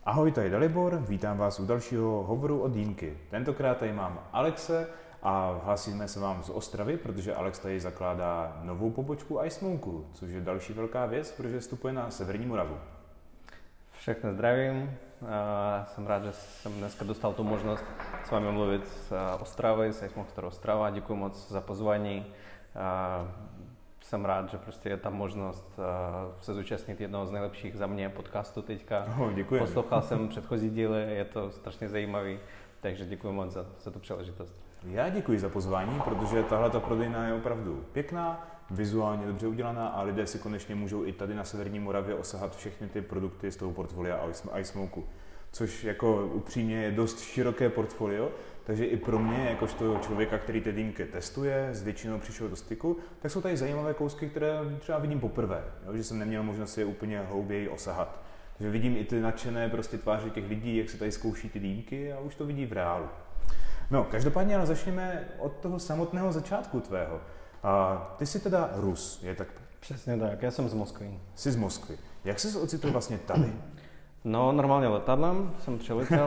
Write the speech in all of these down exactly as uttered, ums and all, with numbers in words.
Ahoj, tady Dalibor, vítám vás u dalšího hovoru od Dýmky. Tentokrát tady mám Alexe a hlásíme se vám z Ostravy, protože Alex tady zakládá novou pobočku iSmoke, což je další velká věc, protože vstupuje na severní Moravu. Všechny zdravím. Jsem rád, že jsem dneska dostal tu možnost s vámi mluvit z Ostravy, z iSmoke Store Ostrava. Děkuji moc za pozvání. Jsem rád, že prostě je tam možnost se zúčastnit jednoho z nejlepších za mě podcastů teďka. Oh, děkuji. Poslouchal jsem předchozí díly, je to strašně zajímavý, takže děkuji moc za, za tu příležitost. Já děkuji za pozvání, protože tahle ta prodejna je opravdu pěkná, vizuálně dobře udělaná a lidé si konečně můžou i tady na severní Moravě osahat všechny ty produkty z toho portfolia iSmoke, což jako upřímně je dost široké portfolio, takže i pro mě, jakožto člověka, který ty dýmky testuje, s většinou přišel do styku, tak jsou tady zajímavé kousky, které třeba vidím poprvé, jo, že jsem neměl možnost je úplně hlouběji osahat. Takže vidím i ty nadšené prostě tváře těch lidí, jak se tady zkouší ty dýmky a už to vidí v reálu. No, každopádně ale začněme od toho samotného začátku tvého. A ty jsi teda Rus, je tak? Přesně tak, já jsem z Moskvy. Jsi z Moskvy. Jak jsi se ocitl vlastně tady? No, normálně letadlem jsem přiletěl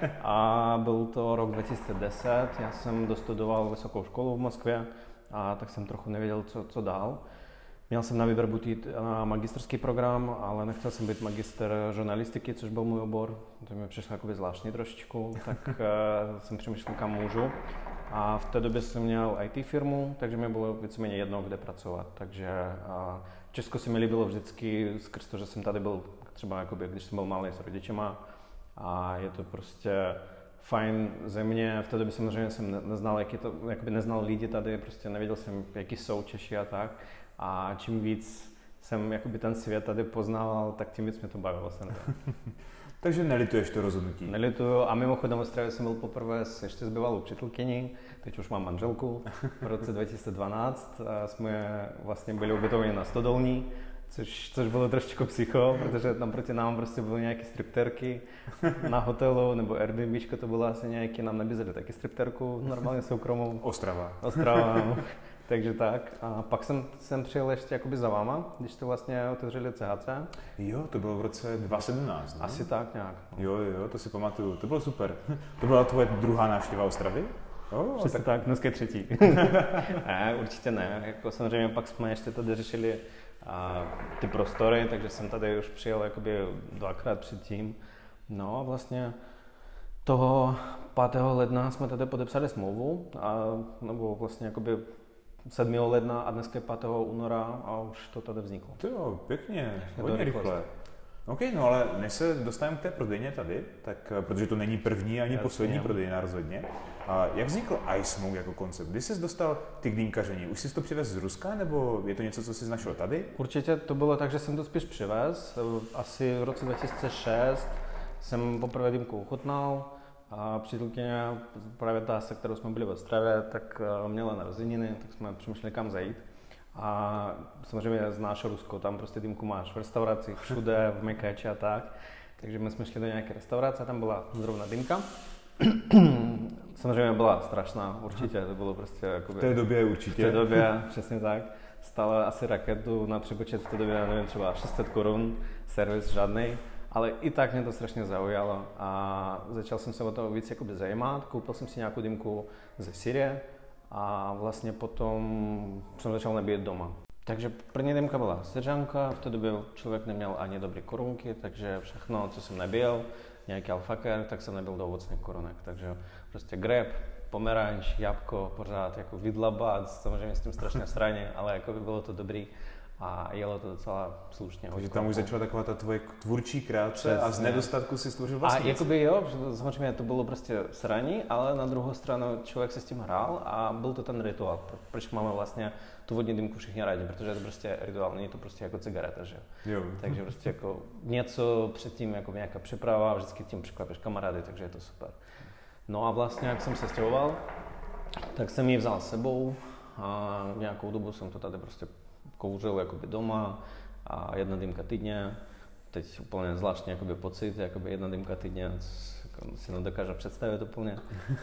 a byl to rok dva tisíce deset. Já jsem dostudoval vysokou školu v Moskvě a tak jsem trochu nevěděl, co, co dál. Měl jsem na výběr buď jít na magisterský program, ale nechtěl jsem být magister žurnalistiky, což byl můj obor. To mi přišlo jakoby zvláštní trošičku, tak uh, jsem přemýšlel, kam můžu. A v té době jsem měl í té firmu, takže mi bylo víceméně jedno, kde pracovat. Takže uh, Česko se mi líbilo vždycky skrz to, že jsem tady byl třeba jakoby, když jsem byl malý s rodičema a je to prostě fajn země. V té době samozřejmě jsem neznal, jak je to, jakoby neznal lidi tady, prostě nevěděl jsem, jaký jsou Češi a tak. A čím víc jsem jakoby ten svět tady poznával, tak tím víc mě to bavilo. Takže nelituješ to rozhodnutí? Nelituju a mimochodem v Ostravě jsem byl poprvé s, ještě s bývalou přítelkyní, teď už mám manželku. V roce dva tisíce dvanáct jsme vlastně byli ubytovaní na Stodolní, což, což bylo trošičku psycho, protože tam proti nám prostě byly nějaké stripterky na hotelu, nebo Airbnbčko to bylo asi nějaké, nám nabízeli taky stripterku, normálně soukromou. Ostrava. Ostrava. Takže tak. A pak jsem, jsem přijel ještě jakoby za váma, když jste vlastně otevřeli C H C. Jo, to bylo v roce dva tisíce sedmnáct. Ne? Asi tak nějak. No. Jo, jo, to si pamatuju. To bylo super. To byla tvoje druhá návštěva Ostravy? Oh, Přesně tak, tak, dneska je třetí. Ne, určitě ne. Jako samozřejmě pak jsme ještě tady řešili a, ty prostory, takže jsem tady už přijel jakoby dvakrát předtím. No a vlastně toho pátého ledna jsme tady podepsali smlouvu, a, nebo vlastně jakoby sedmého ledna a dneska je pátého února a už to tady vzniklo. To jo, pěkně, hodně rychle. OK, no ale než se dostaneme k té prodejně tady, tak, protože to není první ani Jasně. poslední prodejna rozhodně. A jak vznikl iSmoke jako koncept? Kdy jsi dostal ty k dýmkaření? Už jsi to přivez z Ruska, nebo je to něco, co jsi našel tady? Určitě to bylo tak, že jsem to spíš přivez. Asi v roce dva tisíce šest jsem poprvé dýmku ochutnal. A přítelkyně, právě ta, se kterou jsme byli v Ostravě, tak měla narozeniny, tak jsme přemýšleli, kam zajít. A samozřejmě znáš Rusko, tam prostě dýmku máš v restauracích, všude, v Mekači a tak. Takže my jsme šli do nějaké restaurace, tam byla zrovna dýmka. Samozřejmě byla strašná, určitě, to bylo prostě jakoby... V té době určitě. V té době, přesně tak. Stála asi raketu na přepočet v té době, nevím, třeba šest set korun, servis žádnej. Ale i tak mě to strašně zaujalo a začal jsem se o to víc jakoby zajímat. Koupil jsem si nějakou dýmku ze Syrie a vlastně potom jsem začal nabíjet doma. Takže první dýmka byla Syřanka, v té době člověk neměl ani dobré korunky, takže všechno, co jsem nabíjel, nějaký alfaker, tak jsem nabil do ovocných korunek. Takže prostě grep, pomeranč, jabko, pořád jako vidlabat, samozřejmě s tím strašně sraně, ale jako by bylo to dobrý. A jelo to docela slušně. Takže tam už začala taková ta tvoje tvůrčí kreace a z nedostatku si stvořil vlastně. A jakoby jo, samozřejmě to bylo prostě sraní, ale na druhou stranu člověk se s tím hrál a byl to ten rituál. Proč máme vlastně tu vodní dýmku všichni rádi, protože je to prostě rituál, není to prostě jako cigareta, že jo. Takže prostě jako něco předtím, jako nějaká připrava, vždycky tím překvapíš kamarády, takže je to super. No a vlastně, jak jsem se stěhoval, tak jsem ji vzal s sebou a nějakou dobu jsem to tady prostě kouřil jakoby doma a jedna dýmka týdně. Teď úplně zvláštní jakoby pocit, jakoby jedna dýmka týdně, si nedokážem představit úplně.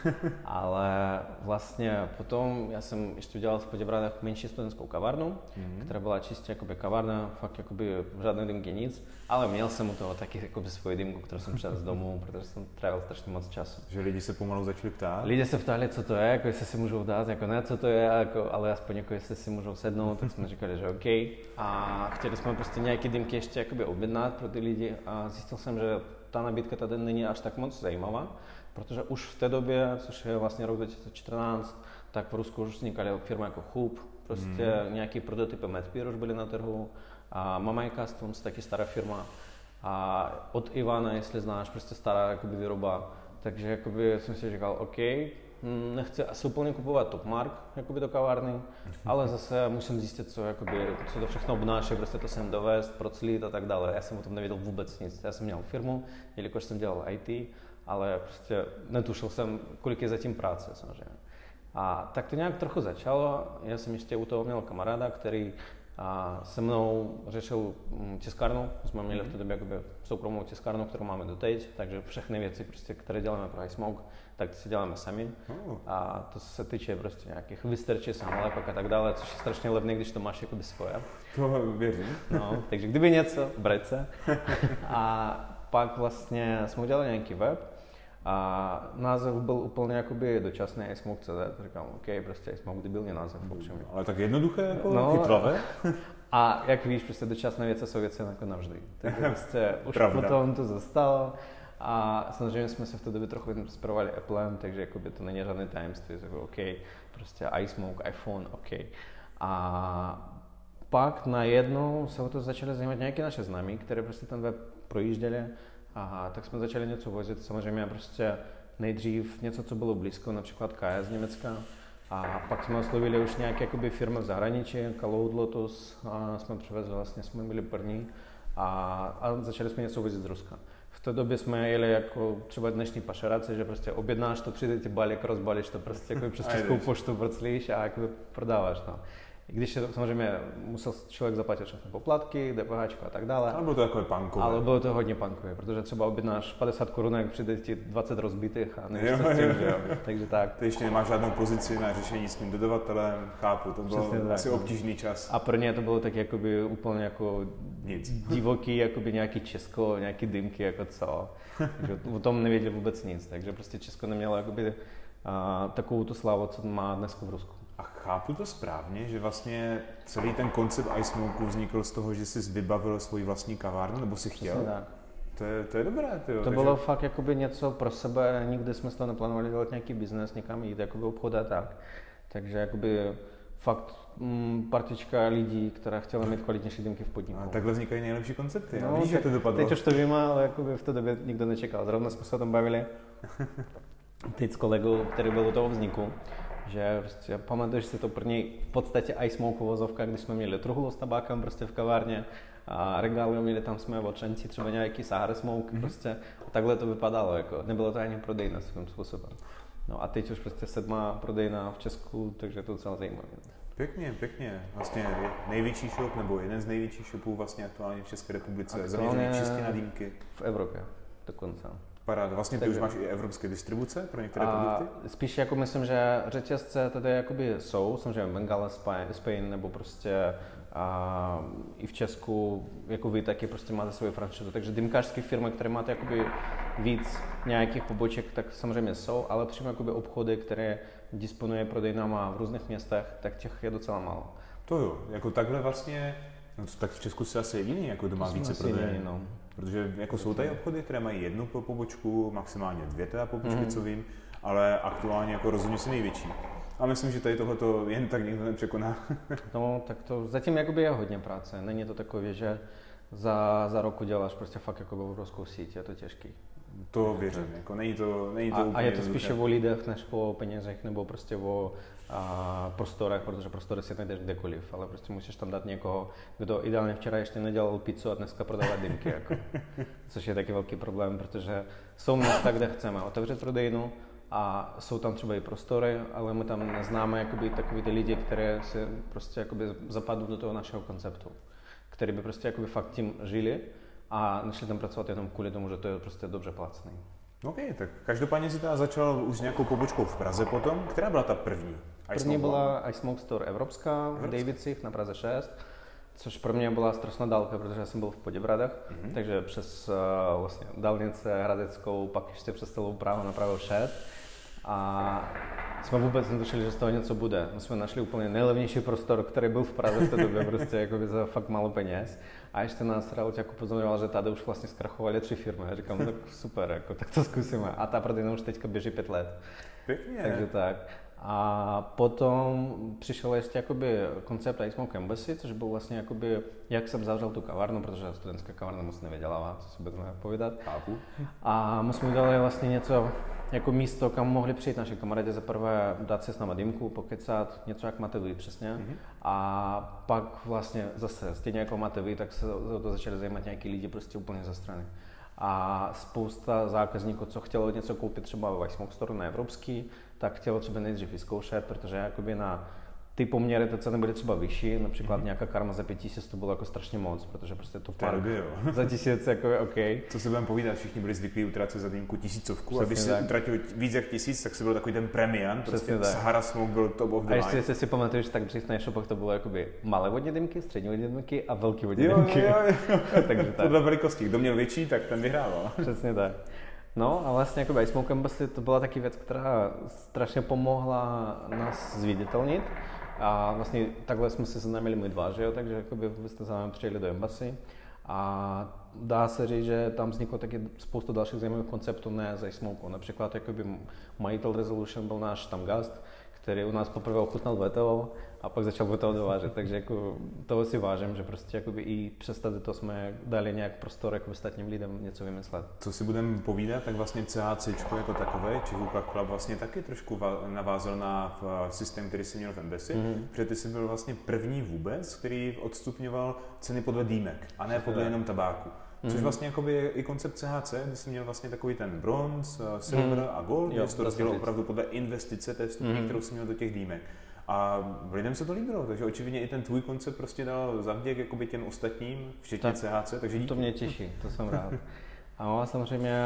Ale vlastně potom já jsem ještě udělal v Poděbradech menší studentskou kavárnu, mm-hmm. která byla čistě jakoby kavárna, fakt jakoby žádné dymky, nic. Ale měl jsem u toho taky jakoby svoji dymku, kterou jsem přes z domu, protože jsem trávil strašně moc času. Že lidi se pomalu začali ptát? Lidi se ptali, co to je, jako jestli si můžou dát, jako ne, co to je, jako, ale aspoň jako jestli si můžou sednout, tak jsme říkali, že OK. A chtěli jsme prostě nějaké dymky ještě jakoby objednat pro ty lidi a zjistil jsem, že ta nabídka tady není až tak moc zajímavá, protože už v té době, což je vlastně rok dva tisíce čtrnáct, tak v Rusku už vznikaly firmy jako Chup, prostě mm. nějaký prototypy Medpeer už byly na trhu a Mamaj Customs, taky stará firma. A od Ivana, jestli znáš, prostě stará jakoby výroba, takže jakoby jsem si říkal, OK, nechci asi úplně kupovat top mark jakoby do kavárny, ale zase musím zjistit, co, jakoby, co to všechno obnáší, prostě to sem dovést, proclít a tak dále. Já jsem o tom nevěděl vůbec nic. Já jsem měl firmu, jelikož jsem dělal í té, ale prostě netušil jsem, kolik je zatím práce samozřejmě. A tak to nějak trochu začalo. Já jsem ještě u toho měl kamaráda, který a se mnou řešil tiskárnu, jsme měli v té době jakoby soukromou tiskárnu, kterou máme doteď, takže všechny věci, prostě, které děláme pro iSmoke, tak si děláme sami. A to se týče prostě nějakých vysterčí, samolepek a tak dále, což je strašně levné, když to máš jakoby svoje. To věřím. No, takže kdyby něco, brať se. A pak vlastně jsme udělali nějaký web a název byl úplně jakoby dočasný iSmoke tečka cé zet. Říkám, OK, prostě iSmoke debilní název. Upřímně. Ale tak jednoduché, jako no, chytlavé. A jak víš, prostě dočasné věci jsou věci jako navždy. Takže prostě už potom to zostalo. A samozřejmě jsme se v té době trochu inspirovali Applem, takže jakoby to není žádné tajemství. Jako OK, prostě iSmoke, iPhone, OK. A pak najednou se o to začali zajímat nějaké naše známí, které prostě ten web projížděli. A tak jsme začali něco vozit, samozřejmě prostě nejdřív něco, co bylo blízko, například K S z Německa. A pak jsme oslovili už nějaké jakoby firmy v zahraničí, Cloud Lotus, a jsme přivezli, vlastně jsme byli první a, a začali jsme něco vozit z Ruska. V té době jsme jeli jako třeba dnešní pašeraci, že prostě objednáš to, přijde ti balík, rozbalíš to prostě jako přes Českou poštu vrclíš a jako prodáváš. No. I když je to, samozřejmě musel člověk zaplatit všechny poplatky, D P H a tak dále. Ale bylo to takové punkové. Ale bylo to hodně punkové, protože třeba objednáš padesát korunek, přijde ti dvacet rozbitých a nevíš, co s tím, že jo. Takže tak. Ty ještě nemáš žádnou pozici na řešení s tím dodavatelem, chápu, to byl asi obtížný čas. A pro ně to bylo tak jakoby úplně jako nic. Divoký, jakoby nějaký Česko, nějaký dymky, jako co. Takže o tom nevěděli vůbec nic, takže prostě Česko nemělo jakoby a, takovou tu slávu, co má dnes v Rusku. A chápu to správně, že vlastně celý ten koncept iSmoke vznikl z toho, že jsi vybavil svoji vlastní kavárnu, nebo si chtěl? To je, to je dobré, tyjo. To takže... bylo fakt jakoby něco pro sebe, nikdy jsme to neplánovali dělat nějaký biznes, někam jít, jakoby obchod a tak. Takže jakoby fakt mm, partička lidí, která chtěla mít kvalitnější dymky v podniku. A takhle vznikají nejlepší koncepty, no, víš, jak to dopadlo? Teď už to víme, ale jakoby v té době nikdo nečekal. Zrovna jsme se o tom bavili teď s kolegou, který byl u toho vzniku. Že prostě pamatuješ si to první v podstatě iSmoke vozovka, když jsme měli truhlu s tabákem prostě v kavárně a regály měli tam jsme od šanci třeba nějaký Sahara Smoke, mm-hmm. prostě a takhle to vypadalo, jako nebylo to ani prodejné svým způsobem. No a teď už prostě sedmá prodejná v Česku, takže to je docela zajímavé. Pěkně, pěkně. Vlastně největší shop, nebo jeden z největších shopů vlastně aktuálně v České republice, zaměřený čistě na dýmky. V Evropě dokonce. Paráda. Vlastně ty takže, už máš i evropské distribuce pro některé a produkty? Spíš jako myslím, že řetězce tady jakoby jsou, samozřejmě Bengala, Spain, nebo prostě a i v Česku, jako vy taky prostě máte svoji franšízu, takže dýmkařské firmy, které máte jakoby víc nějakých poboček, tak samozřejmě jsou, ale přímo jakoby obchody, které disponuje prodejnama v různých městech, tak těch je docela málo. To jo, jako takhle vlastně, no to tak v Česku si asi jediný, jako to má to více prodejů. No. Protože jako jsou tady obchody, které mají jednu pobočku, maximálně dvě teda pobočky, mm. co vím, ale aktuálně jako rozhodně si největší. A myslím, že tady tohleto jen tak nikdo nepřekoná. No, tak to zatím jakoby je hodně práce. Není to takové, že za, za rok uděláš prostě fakt jako obrovskou síť, je to těžký. To věřím, jako není to, není to a, úplně a je to spíše o lidech, než o penězech, nebo prostě o a, prostorech, protože prostory si najdeš kdekoliv, ale prostě musíš tam dát někoho, kdo ideálně včera ještě nedělal pizzu a dneska prodává dýmky, jako. Což je taky velký problém, protože jsou města, kde chceme otevřít prodejnu a jsou tam třeba i prostory, ale my tam neznáme jakoby takový ty lidi, které si prostě jakoby zapadnou do toho našeho konceptu, který by prostě jakoby fakt tím žili a nešli tam pracovat jenom kvůli tomu, že to je prostě dobře placený. OK, tak každopádně si teda začal už s nějakou pobočkou v Praze potom. Která byla ta první? První byla iSmoke Store Evropská v Davicích na Praze šest, což pro mě byla strašná dálka, protože já jsem byl v Poděbradech, mm-hmm. takže přes uh, vlastně dálnice Hradeckou, pak ještě přes celou Prahu na Prahu šest. A jsme vůbec netušili, že z toho něco bude. My jsme našli úplně nejlevnější prostor, který byl v Praze v té době, prostě jako za fakt málo peněz. A ještě nás Raut jako upozorňoval, že tady už vlastně zkrachovaly tři firmy. Já říkám, no tak super, jako, tak to zkusíme. A ta prodejna už teďka běží pět let. Pěkně. Takže tak. A potom přišel ještě jakoby koncept iSmoke Embassy, což byl vlastně jakoby, jak jsem zavřel tu kavárnu, protože studentská kavárna moc nevydělává, co si budeme povídat. Chápu. A my jsme udělali vlastně něco jako místo, kam mohli přijít naši kamarádi za prvé dát si s náma dýmku, pokecat, něco jak máte vy přesně. Mm-hmm. A pak vlastně zase stejně jako máte vy, tak se o to začali zajímat nějaký lidi prostě úplně ze strany. A spousta zákazníků, co chtělo něco koupit třeba v iSmoke Store na evropský, tak chtělo třeba nejdřív vyzkoušet, protože jakoby na ty poměry ty ceny byly třeba vyšší, například mm-hmm. nějaká karma za pět tisíc to bylo jako strašně moc, protože prostě to park za tisíc jako je OK. Co si budeme povídat, všichni byli zvyklí utracet za dýmku tisícovku, a když si utratil víc jak tisíc, tak si byl takový ten premiant, prostě Sahara Smoke byl top of the line. A ještě jestli si pamatuješ, tak dřív na e-shopech to bylo jakoby malé vodní dýmky, střední vodní dýmky a velké vodní dýmky. Jo, jo, jo. Takže tak. Podle velikosti, kdo měl větší, tak ten vyhrával. Přesně tak. No a vlastně jako iSmoke Embassy to byla taky věc, která strašně pomohla nás zviditelnit. A vlastně takhle jsme se seznámili my dva, že jo, takže jakoby byste za námi přijeli do Embassy. A dá se říct, že tam vzniklo taky spoustu dalších zajímavých konceptů ne z iSmoke. Například jakoby majitel Resolution byl náš tam gast, který u nás poprvé ochutnal V T O a pak začal V T O dovážet, takže jako toho si vážím, že prostě jakoby i přes tady to jsme dali nějak prostor jako ostatním lidem něco vymyslet. Co si budeme povídat, tak vlastně C H C jako takové, Chihuahua Club vlastně taky trošku navázal na systém, který si měl v Embassy, mm-hmm. protože ty jsi byl vlastně první vůbec, který odstupňoval ceny podle dýmek a ne podle jenom tabáku. Což mm-hmm. vlastně jakoby je i koncept C H C, kdy jsi měl vlastně takový ten bronze, silver mm-hmm. a gold, kde jsi to rozdělil opravdu podle investice té vstupní, mm-hmm. kterou jsi měl do těch dýmek. A lidem se to líbilo, takže očividně i ten tvůj koncept prostě dal zavděk jakoby těm ostatním, včetně tak, C H C, takže díky. To mě těší, to jsem rád. A samozřejmě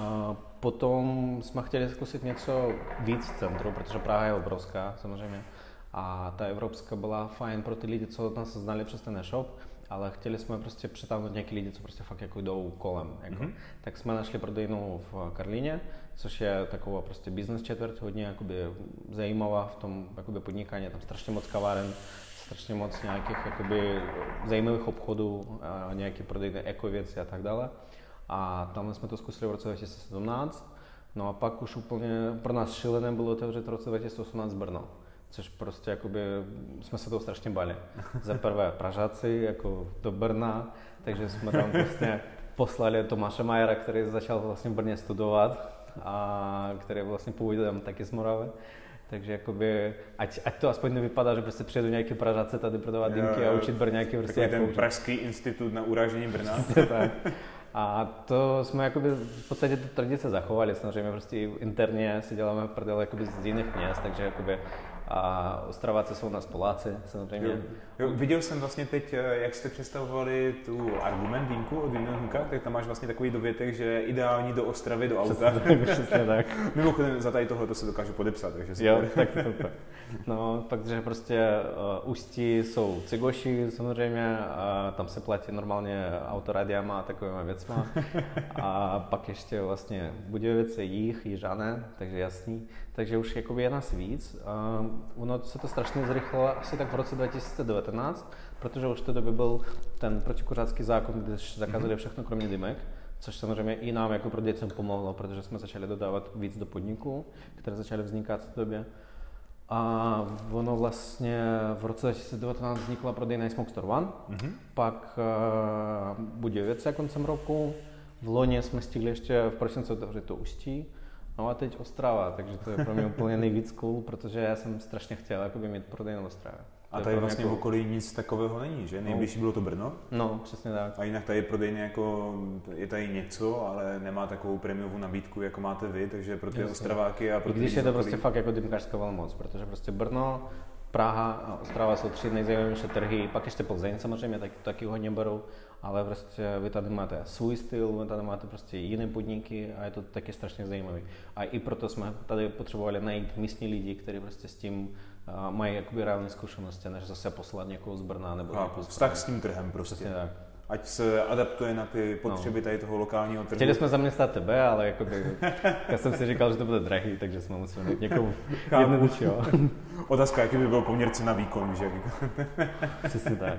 potom jsme chtěli zkusit něco víc v centru, protože Praha je obrovská samozřejmě. A ta evropská byla fajn pro ty lidi, co nás znali přes ten e-shop, ale chtěli jsme prostě přitáhnout nějaký lidi, co prostě fakt jako jdou kolem. Jako. Mm-hmm. Tak jsme našli prodejnu v Karlíně, což je taková prostě business čtvrť, hodně jakoby zajímavá v tom jakoby podnikání, tam strašně moc kaváren, strašně moc nějakých jakoby zajímavých obchodů, a nějaké prodejny eko věci a tak dále. A tam jsme to zkusili v roce dva tisíce sedmnáct, no a pak už úplně pro nás šílené bylo otevřít v roce dva tisíce osmnáct Brno. Což prostě jakoby jsme se toho strašně báli. Za prvé Pražáci jako do Brna, takže jsme tam vlastně poslali Tomáše Majera, který začal vlastně v Brně studovat a který vlastně původem taky z Moravy. Takže jakoby, ať, ať to aspoň nevypadá, že prostě přijedu nějaký Pražáci tady prodávat dýmky a učit Brňáky prostě jak ten použít. Pražský institut na uražení Brna. Tak. A to jsme jakoby v podstatě tu tradici zachovali, samozřejmě prostě interně si děláme prdel jakoby z jiných měst, takže jakoby a Ostraváci jsou nás Poláci, samozřejmě. Jo. Jo, viděl jsem vlastně teď, jak jste představovali tu argument dýmku od Vinenhuka, tak tam máš vlastně takový dovětek, že je ideální do Ostravy, do auta. Přesně tak. Mimochodem za tady tohle to se dokážu podepsat, takže super. Jo, tak to no, takže prostě uh, Ústí jsou Cigoši samozřejmě, a tam se platí normálně autoradiama a takovými věcma. A pak ještě vlastně Budějovice, Jih, Jižané, takže jasný. Takže už jakoby je nás víc. Uh, ono se to strašně zrychlilo asi tak v roce dva tisíce devatenáct, protože už v té době byl ten protikuřácký zákon, kde zakázali všechno kromě dymek, což samozřejmě i nám jako prodejcům pomohlo, protože jsme začali dodávat víc do podniků, které začaly vznikat v té době. A ono vlastně v roce dva tisíce devatenáct vznikla prodejna iSmoke Store One, mm-hmm. pak uh, Budějovice koncem roku, v loni jsme stihli ještě v prosinci otevřít to Ústí, no a teď Ostrava, takže to je pro mě úplně nejvíc cool, protože já jsem strašně chtěl jakoby mít prodejnu v Ostravě. A tady vlastně v okolí nic takového není, že? Nejbližší bylo to Brno? No, přesně tak. A jinak tady prodejny jako, je tady něco, ale nemá takovou prémiovou nabídku, jako máte vy, takže pro ty Ostraváky a pro ty když je to prostě fakt jako dýmkařská velmoc, protože prostě Brno Praha a Ostrava jsou tři nejzajímavější trhy, pak ještě Plzeň samozřejmě, tak, taky hodně berou, ale prostě vy tady máte svůj styl, vy tady máte prostě jiné podniky a je to taky strašně zajímavé. A i proto jsme tady potřebovali najít místní lidi, kteří prostě s tím uh, mají jakoby reálné zkušenosti, než zase poslat někoho z Brna nebo a, vztah s tím trhem prostě. Přesně tak. Ať se adaptuje na ty potřeby no. tady toho lokálního trhu. Chtěli jsme zaměstnat tebe, ale jakoby, já jsem si říkal, že to bude drahý, takže jsme museli mít někoho jednoduššího. Otázka, jaký by byl poměr cena výkon, že? Přesně tak.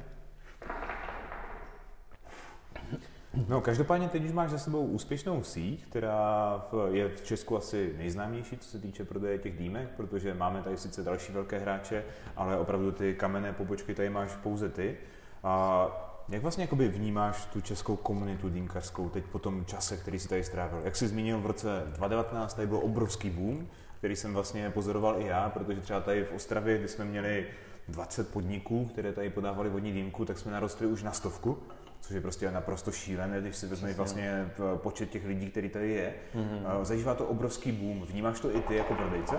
No, každopádně teď už máš za sebou úspěšnou síť, která je v Česku asi nejznámější, co se týče prodeje těch dýmek, protože máme tady sice další velké hráče, ale opravdu ty kamenné pobočky tady máš pouze ty. A jak vlastně jakoby vnímáš tu českou komunitu dýmkařskou teď po tom čase, který jsi tady strávil? Jak jsi zmínil, v roce dva tisíce devatenáct tady byl obrovský boom, který jsem vlastně pozoroval i já, protože třeba tady v Ostravě, kdy jsme měli dvacet podniků, které tady podávali vodní dýmku, tak jsme narostli už na stovku, což je prostě naprosto šílené, když si vezmeš vlastně počet těch lidí, který tady je. Mm-hmm. Zažívá to obrovský boom. Vnímáš to i ty jako prodejce?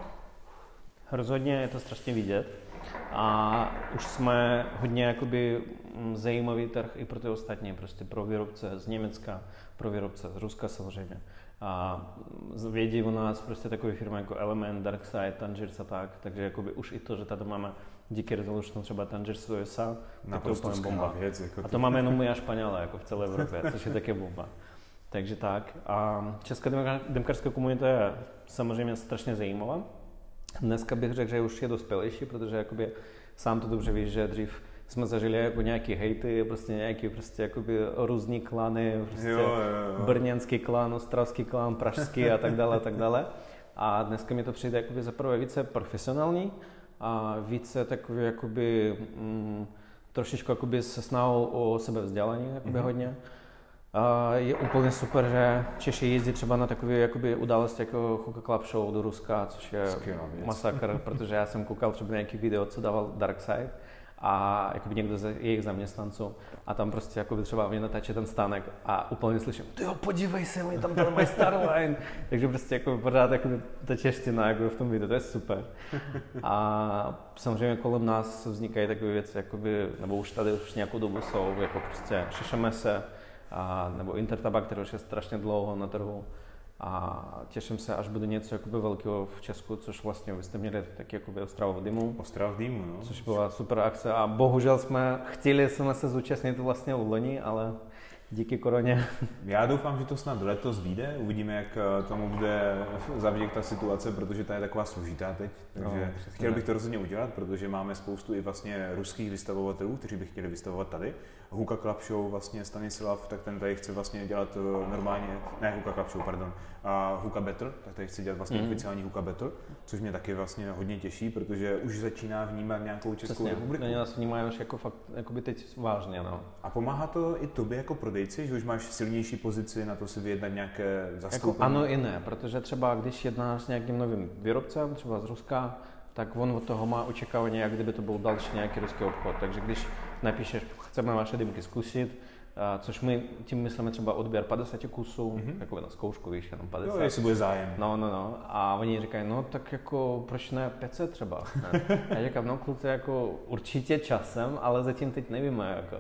Rozhodně je to strašně vidět. A už jsme hodně jakoby zajímavý trh i pro ty ostatní, prostě pro výrobce z Německa, pro výrobce z Ruska samozřejmě. A vědí u nás prostě takové firmy jako Element, Darkside, Tangiers a tak, takže jakoby už i to, že tady máme díky Resolution třeba Tangiers z U S A, tak to je úplně bomba. Věc, jako a to máme jenom my a Španělé, jako v celé Evropě, což je také bomba. Takže tak. A česká dýmkařská komunita je samozřejmě strašně zajímavá. Dneska bych řekl, že už je dospělejší, protože jakoby sám to dobře víš, že dřív jsme zažili jako nějaký hejty, prostě nějaký prostě jakoby různý klany, prostě jo, jo, jo. brněnský klan, ostravský klan, pražský a tak dále a tak dále. A dneska mi to přijde jakoby zaprvé více profesionální a více takový jakoby mm, trošičku jakoby se snahou o sebevzdělání jakoby mm-hmm. hodně. A je úplně super, že Češi jezdí třeba na takové jakoby události jako Hookah Club Show do Ruska, což je masakr, protože já jsem koukal třeba nějaký video, co dával Darkside a jakoby někdo z jejich zaměstnanců a tam prostě jakoby třeba oni natáčí ten stánek a úplně slyším, tyjo, podívej se, oni tam tady mají Starline. Takže prostě jako pořád jakoby ta čeština jako v tom videu, to je super. A samozřejmě kolem nás vznikají takové věci, jakoby, nebo už tady už nějakou dobu jsou, jako prostě Šišeme se, a, nebo Intertabak, který už je strašně dlouho na trhu a těším se, až bude něco jakoby velkého v Česku, což vlastně vy jste měli taky jakoby Ostrava v dýmu. Ostrava v dýmu, no. Což byla super akce a bohužel jsme chtěli jsme se zúčastnit vlastně v loni, ale díky koroně. Já doufám, že to snad letos vyjde, uvidíme, jak tomu bude zavědět ta situace, protože ta je taková složitá teď, takže no, chtěl bych to rozhodně udělat, protože máme spoustu i vlastně ruských vystavovatelů, kteří by chtěli vystavovat tady. Hookah Club Show, vlastně Stanislav, tak ten tady chce vlastně dělat normálně, ne Hookah Club Show, pardon, a Hookah Battle, tak tady chce dělat vlastně mm. oficiální Hookah Battle, což mě taky vlastně hodně těší, protože už začíná vnímat nějakou Českou Přesně, republiku. Přesně, nás vnímají už jako fakt, jakoby teď vážně, no. A pomáhá to i tobě jako prodejci, že už máš silnější pozici na to si vyjednat nějaké zastoupení? Jako ano i ne, protože třeba když jednáš s nějakým novým výrobcem, třeba z Ruska, tak on od toho má očekávání, jak kdyby to byl další nějaký ruský obchod. Takže když napíšeš, chceme vaše dýmky zkusit, a což my tím myslíme třeba odběr padesát kusů, mm-hmm. jako na zkoušku, víš, jenom padesát. Jo, jestli bude zájem. No, no, no. A oni říkají, no tak jako proč ne pět set třeba. Ne? Já říkám, no kluci, jako určitě časem, ale zatím teď nevíme. Jako.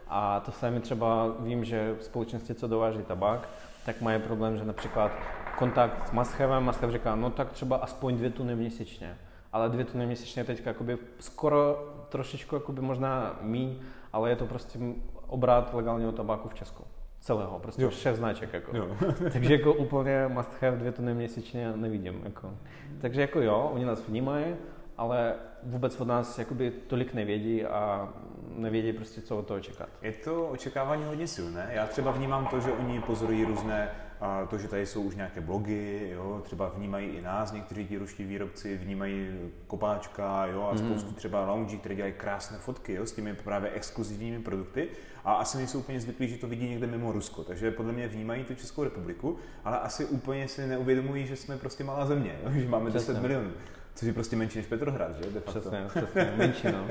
A to sami třeba vím, že společnosti, co dováží tabák, tak mají problém, že například kontakt s Maschevem, Maschev říká, no tak třeba aspoň dvě tuny měsíčně. Ale dvě tuny měsíčně teďka jakoby skoro trošičku jakoby možná míň, ale je to prostě obrat legálního tabáku v Česku. Celého, prostě jo. šest značek. Jako. Takže jako úplně must have dvě tuny měsíčně nevidím. Jako. Takže jako jo, oni nás vnímají, ale vůbec od nás jakoby tolik nevědí a nevědí prostě, co od toho čekat. Je to očekávání hodně silné. Já třeba vnímám to, že oni pozorují různé, a to, že tady jsou už nějaké blogy, jo, třeba vnímají i nás, někteří ti ruští výrobci vnímají Kopáčka, jo, a spoustu mm. třeba lounge, které dělají krásné fotky, jo, s těmi právě exkluzivními produkty a asi nejsou úplně zvyklí, že to vidí někde mimo Rusko, takže podle mě vnímají tu Českou republiku, ale asi úplně si neuvědomují, že jsme prostě malá země, jo, že máme deset milionů, což je prostě menší než Petrohrad, že, de facto. Přesně, přesně, menší, no.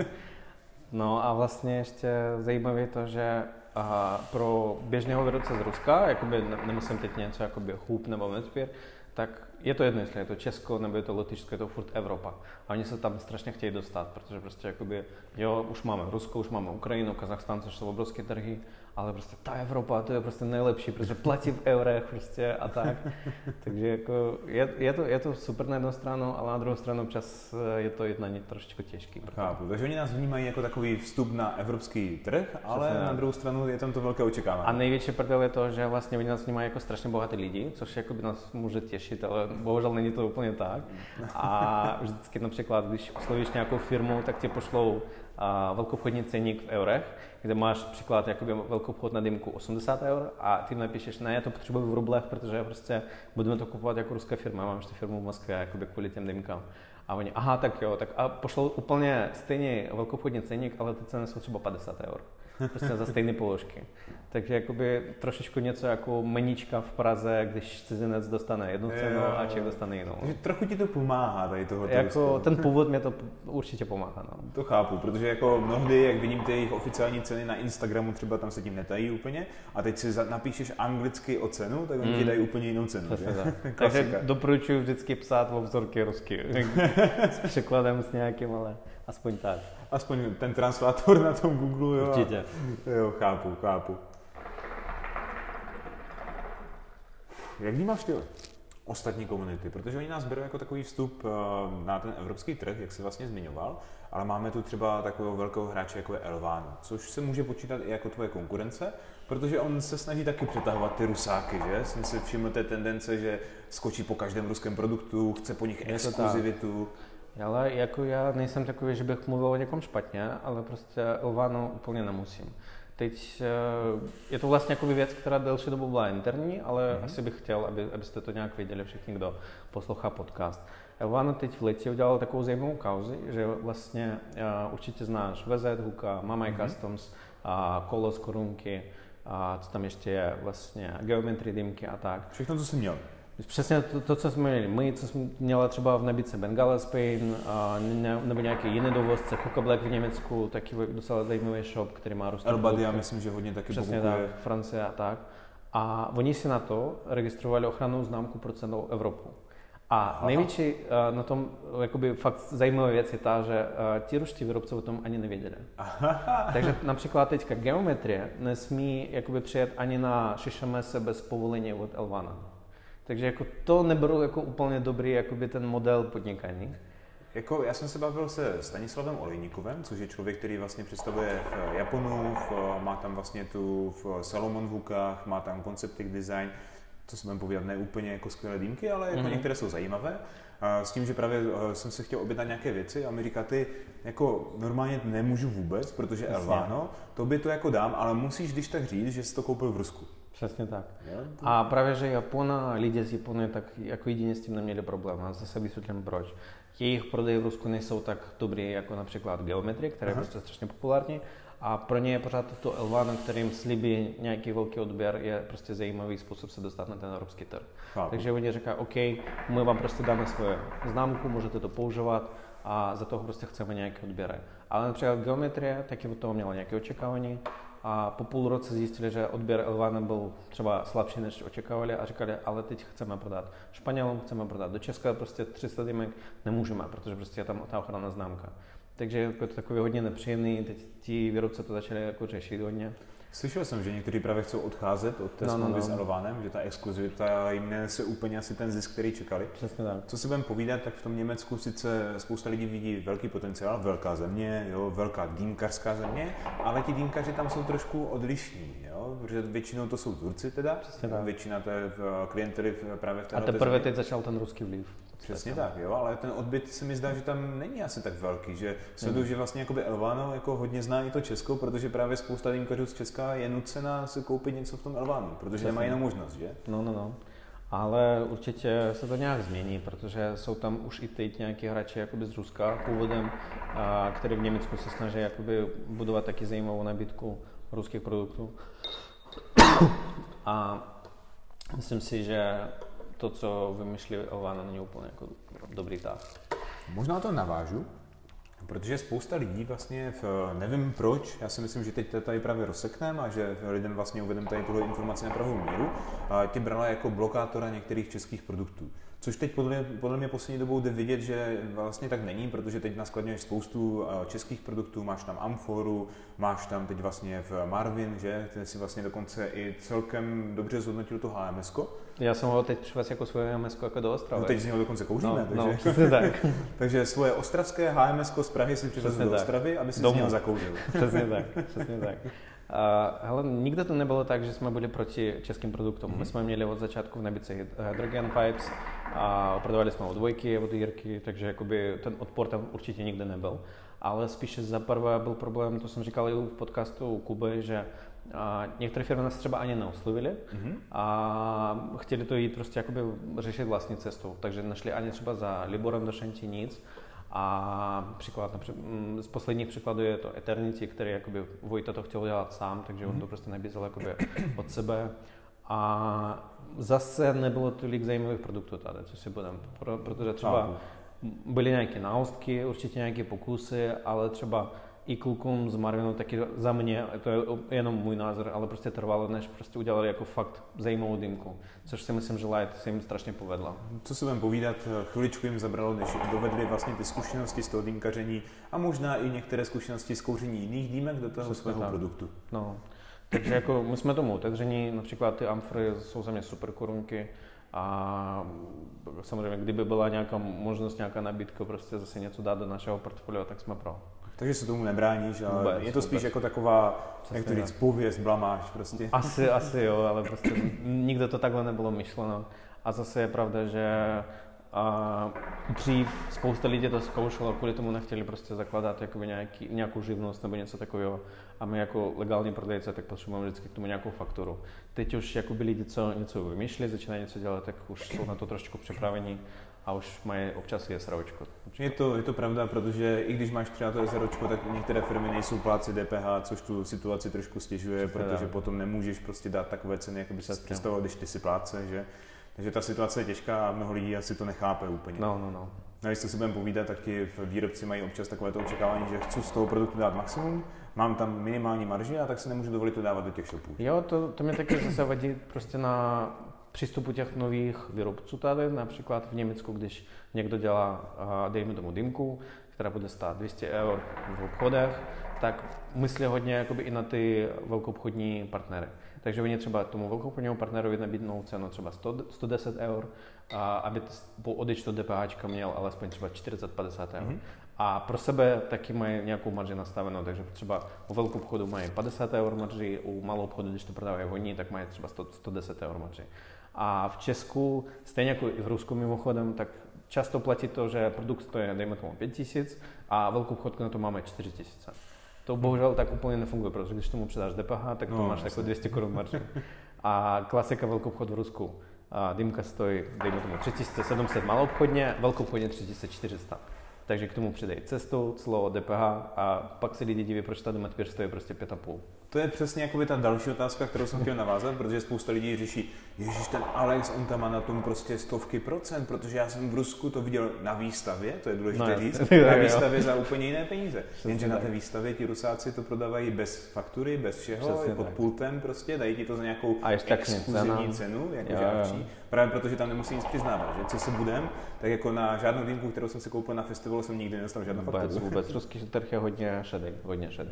No a vlastně ještě zajímavé to, že aha, pro běžného výrobce z Ruska, jakoby nemusím teď něco jakoby Hoop nebo Medsphere, tak je to jedno, jestli je to Česko nebo je to Lotyšsko, je to furt Evropa. A oni se tam strašně chtějí dostat, protože prostě jakoby, jo, už máme Rusko, už máme Ukrajinu, Kazachstán, což jsou obrovské trhy, ale prostě ta Evropa, to je prostě nejlepší, protože platí v eurech prostě a tak. Takže jako je, je, to, je to super na jednu stranu, ale na druhou stranu občas je to jednání trošičku těžký. Chápu, takže oni nás vnímají jako takový vstup na evropský trh, ale přesně, na druhou stranu je tam to velké očekávání. A největší prdel je to, že vlastně oni nás vnímají jako strašně bohatý lidi, což jakoby nás může těšit, ale bohužel není to úplně tak. A vždycky například, když oslovíš nějakou firmu, tak ti pošlou a velkoobchodní ceník v eurech, kde máš příklad jakoby velkoobchod na dýmku osmdesát eur a ty napíšeš, ne, já to potřebuji v rublech, protože prostě budeme to kupovat jako ruská firma, mám ještě firmu v Moskvě jakoby kvůli těm dýmkám. A oni, aha, tak jo, tak a pošlou úplně stejný velkoobchodní ceník, ale ty ceny jsou třeba padesát eur. Prostě za stejné položky. Takže jakoby trošičku něco jako meníčka v Praze, když cizinec dostane jednu cenu a Čech dostane jinou. Takže trochu ti to pomáhá tady toho. Jako ten původ mě to určitě pomáhá. No. To chápu, protože jako mnohdy, jak vidím ty jejich oficiální ceny na Instagramu, třeba tam se tím netají úplně, a teď si napíšeš anglicky o cenu, tak oni mm. ti dají úplně jinou cenu. Takže doporučuji vždycky psát obzorky rusky. S překladem s nějakým, ale aspoň tak. Aspoň ten translátor na tom Google, jo. Určitě. Jo, chápu, chápu. Jak vnímáš ty ostatní komunity? Protože oni nás berou jako takový vstup na ten evropský trh, jak jsi vlastně zmiňoval, ale máme tu třeba takového velkého hráče, jako je Elvano, což se může počítat i jako tvoje konkurence, protože on se snaží taky přetahovat ty Rusáky, že? Jsem si všiml té tendence, že skočí po každém ruském produktu, chce po nich exkluzivitu. Ale jako já nejsem takový, že bych mluvil o někom špatně, ale prostě Elvano úplně nemusím. Teď je to vlastně jako věc, která delší dobu byla interní, ale mm-hmm. asi bych chtěl, aby, abyste to nějak věděli všichni, kdo poslouchá podcast. Elvano teď v létě udělal takovou zajímavou kauzi, že vlastně uh, určitě znáš V Z, Huka, Mamaj mm-hmm. Customs, uh, Kolos, Korunky, a co tam ještě je vlastně Geometry, dýmky a tak. Všechno, co jsi měl. Přesně to, to, co jsme měli my, co jsme měli třeba v nabídce Bengala Spain, a ne, nebo nějaký jiný dovozce, Hoka Black v Německu, taky docela zajímavý shop, který má ruské produkty. Já myslím, že hodně taky přesně pobukuje. Tak, Francie a tak. A oni si na to registrovali ochrannou známku pro celou Evropu. A Aha. největší uh, na tom jakoby fakt zajímavá věc je ta, že uh, ti ruští výrobci o tom ani nevěděli. Takže například teďka Geometrie nesmí jakoby přijet ani na šišamese bez povolení od Elvana. Takže jako to neberu jako úplně dobrý jakoby ten model podnikání. Jako já jsem se bavil se Stanislavem Olejníkovem, což je člověk, který vlastně představuje v Japonu, v, má tam vlastně tu v Salomon v Hukách, má tam Conceptic Design, co si budeme povídat, ne úplně jako skvělé dýmky, ale jako mm-hmm. některé jsou zajímavé. A s tím, že právě jsem se chtěl objednat nějaké věci a mi říká, ty jako normálně nemůžu vůbec, protože Elvano, tobě to jako dám, ale musíš když tak říct, že jsi to koupil v Rusku. Přesně tak. A právě, že Japona, lidi z Japony tak jako jedině s tím neměli problém. A zase vysvětlím proč. Jejich prodeje v Rusku nejsou tak dobrý jako například Geometry, která je prostě strašně populární. A pro ně je pořád to Elvano, kterým slíbí nějaký velký odběr, je prostě zajímavý způsob se dostat na ten evropský trh. Chápu. Takže oni říkají, OK, my vám prostě dáme svoje známku, můžete to používat a za toho prostě chceme nějaké odběry. Ale například Geometrie taky od toho měla nějaké očekávání. A po půl roce zjistili, že odběr Elvana byl třeba slabší, než očekávali a říkali, ale teď chceme prodat Španělům, chceme prodat do Česka, prostě tři sta dýmek nemůžeme, protože prostě je tam ta ochranná známka. Takže jako to takový hodně nepříjemný, teď ti výrobci to začali jako řešit hodně. Slyšel jsem, že někteří právě chcou odcházet od té no, smlouvy no, no. s Elvanem, že ta exkluzivita jim nenese úplně asi ten zisk, který čekali. Přesně tak. Co si budeme povídat, tak v tom Německu sice spousta lidí vidí velký potenciál, velká země, jo, velká dýmkařská země, ale ti dýmkaři tam jsou trošku odlišní, jo, protože většinou to jsou Turci teda, Přesně tak. většina té klientely právě v té A teprve teď začal ten ruský vliv. Přesně tak, jo, ale ten odbyt se mi zdá, že tam není asi tak velký, že sleduju, že vlastně jakoby Elvano jako hodně zná i to Česko, protože právě spousta dýmkařů z Česka je nucena si koupit něco v tom Elvanu, protože nemají jinou možnost, že? No, no, no. Ale určitě se to nějak změní, protože jsou tam už i teď nějaký hráči jakoby z Ruska původem, a, který v Německu se snaží jakoby budovat taky zajímavou nabídku ruských produktů. A myslím si, že to, co vymyšlí Elvano, není úplně jako dobrý tah. Možná to navážu. Protože spousta lidí vlastně, v, nevím proč, já si myslím, že teď to tady právě rozsekneme a že lidem vlastně uvedeme tady tuhle informaci na pravou míru, a tě brala jako blokátora některých českých produktů. Což teď podle, podle mě poslední dobou jde vidět, že vlastně tak není, protože teď naskladňuješ spoustu českých produktů, máš tam Amforu, máš tam teď vlastně v Marvin, že? Ty si vlastně dokonce i celkem dobře zhodnotil to H M S ko. Já jsem ho teď přivez jako svoje H M S ko jako do Ostravy. No teď z něho dokonce kouříme, no, takže, no, tak. takže svoje ostravské H M S ko z Prahy si přivezl do Ostravy, aby si z něho zakouřil. Přesně tak, přesně tak. Uh, ale nikdy to nebylo tak, že jsme byli proti českým produktům. Mm-hmm. My jsme měli od začátku v nabídce Hydrogen Pipes a prodávali jsme od dvojky, od Jirky, takže jakoby ten odpor tam určitě nikdy nebyl. Ale spíše za prvé byl problém, to jsem říkal i v podcastu Kuby, že a některé firmy nás třeba ani neoslovili mm-hmm. a chtěli to jít prostě jakoby řešit vlastní cestou, takže našli ani třeba za Liborem do Shanti nic. A příklad, z posledních příkladů je to Eternity, který jakoby Vojta to chtěl dělat sám, takže on to prostě nabízel jakoby od sebe. A zase nebylo tolik zajímavých produktů tady, co si budeme, protože třeba byly nějaké náustky, určitě nějaké pokusy, ale třeba i klukům z Marvinu taky za mě, to je jenom můj názor, ale prostě trvalo, než prostě udělali jako fakt zajímavou dýmku, což si myslím, že Light se jim strašně povedla. Co si budeme povídat, chviličku jim zabralo, než dovedli vlastně ty zkušenosti z toho dýmkaření a možná i některé zkušenosti z kouření jiných dýmek do toho Přesně svého tak. produktu. No, takže jako my jsme tomu otevření, například ty amfory jsou za mě super korunky a samozřejmě, kdyby byla nějaká možnost, nějaká nabídka, prostě zase něco dát do našeho portfolia, tak jsme pro. Takže se tomu nebráníš, ale vůbec, je to spíš vůbec. Jako taková, Přesně jak to říct, pověst, blamáž prostě. Asi, asi jo, ale prostě nikdo to takhle nebylo myšleno. A zase je pravda, že a dřív spousta lidí to zkoušelo, kvůli tomu nechtěli prostě zakládat jakoby nějaký, nějakou živnost nebo něco takového. A my jako legální prodejce tak potřebujeme vždycky k tomu nějakou fakturu. Teď už jakoby lidi, co něco vymýšlí, začínají něco dělat, tak už jsou na to trošku připravení a už mají občas i SROčko. Je to, je to pravda, protože i když máš třeba to SROčko, tak některé firmy nejsou plátci D P H, což tu situaci trošku stěžuje, Přesně protože tak. potom nemůžeš prostě dát takové ceny, jako by si představoval, když ty si plátce, že? Takže ta situace je těžká a mnoho lidí asi to nechápe úplně. No, no, no. A když si budeme povídat, tak ti výrobci mají občas takovéto očekávání, že chci z toho produktu dát maximum, mám tam minimální marži a tak se nemůžu dovolit to dávat do těch shopů. Jo, to, to mě taky zase vadí prostě na přístupu těch nových výrobců tady, například v Německu, když někdo dělá, dejme tomu dýmku, která bude stát dvě stě eur v obchodech, tak myslí hodně jakoby i na ty velkoobchodní partnery. Takže oni třeba tomu velkoobchodnímu partnerovi nabídnou cenu třeba sto, sto deset eur, a aby po odečtu DPHčka měl alespoň třeba čtyřicet padesát eur. Mm-hmm. A pro sebe taky mají nějakou marži nastavenou, takže třeba u velkoobchodu mají padesát eur marži, u malou obchodu, když to prodávají oni, tak mají třeba sto, sto deset eur marži. A v Česku, stejně jako i v Rusku mimochodem, tak často platí to, že produkt stojí, dejme tomu pět tisíc a velkou obchodku na to máme čtyři tisíce. To bohužel tak úplně nefunguje, protože když tomu přidáš D P H, tak to no, máš jako dvě stě korun marži. A klasika velkou obchod v Rusku. A dýmka stojí, dejme tomu tři tisíce sedm set malou obchodně, velkou obchodně tři tisíce čtyři sta. Takže k tomu přidej cestu, clo, D P H a pak se lidi diví, proč ta dometvěř stojí prostě pět a půl. To je přesně jakoby ta další otázka, kterou jsem chtěl navázat, protože spousta lidí řeší, ježiš, ten Alex, on tam má na tom prostě stovky procent, protože já jsem v Rusku to viděl na výstavě, to je důležité no, říct, na výstavě za úplně jiné peníze. Jenže na té výstavě ti Rusáci to prodávají bez faktury, bez všeho, přesně pod tak. Pultem prostě, dají ti to za nějakou exkluzivní cenu, jako žádčí. Právě protože tam nemusí nic přiznávat, že co se budem, tak jako na žádnou dýmku, kterou jsem si koupil na festivalu, jsem nikdy nedostal žádnou fakturu. Vůbec, vůbec. Ruský trh je hodně šedý, hodně šedý.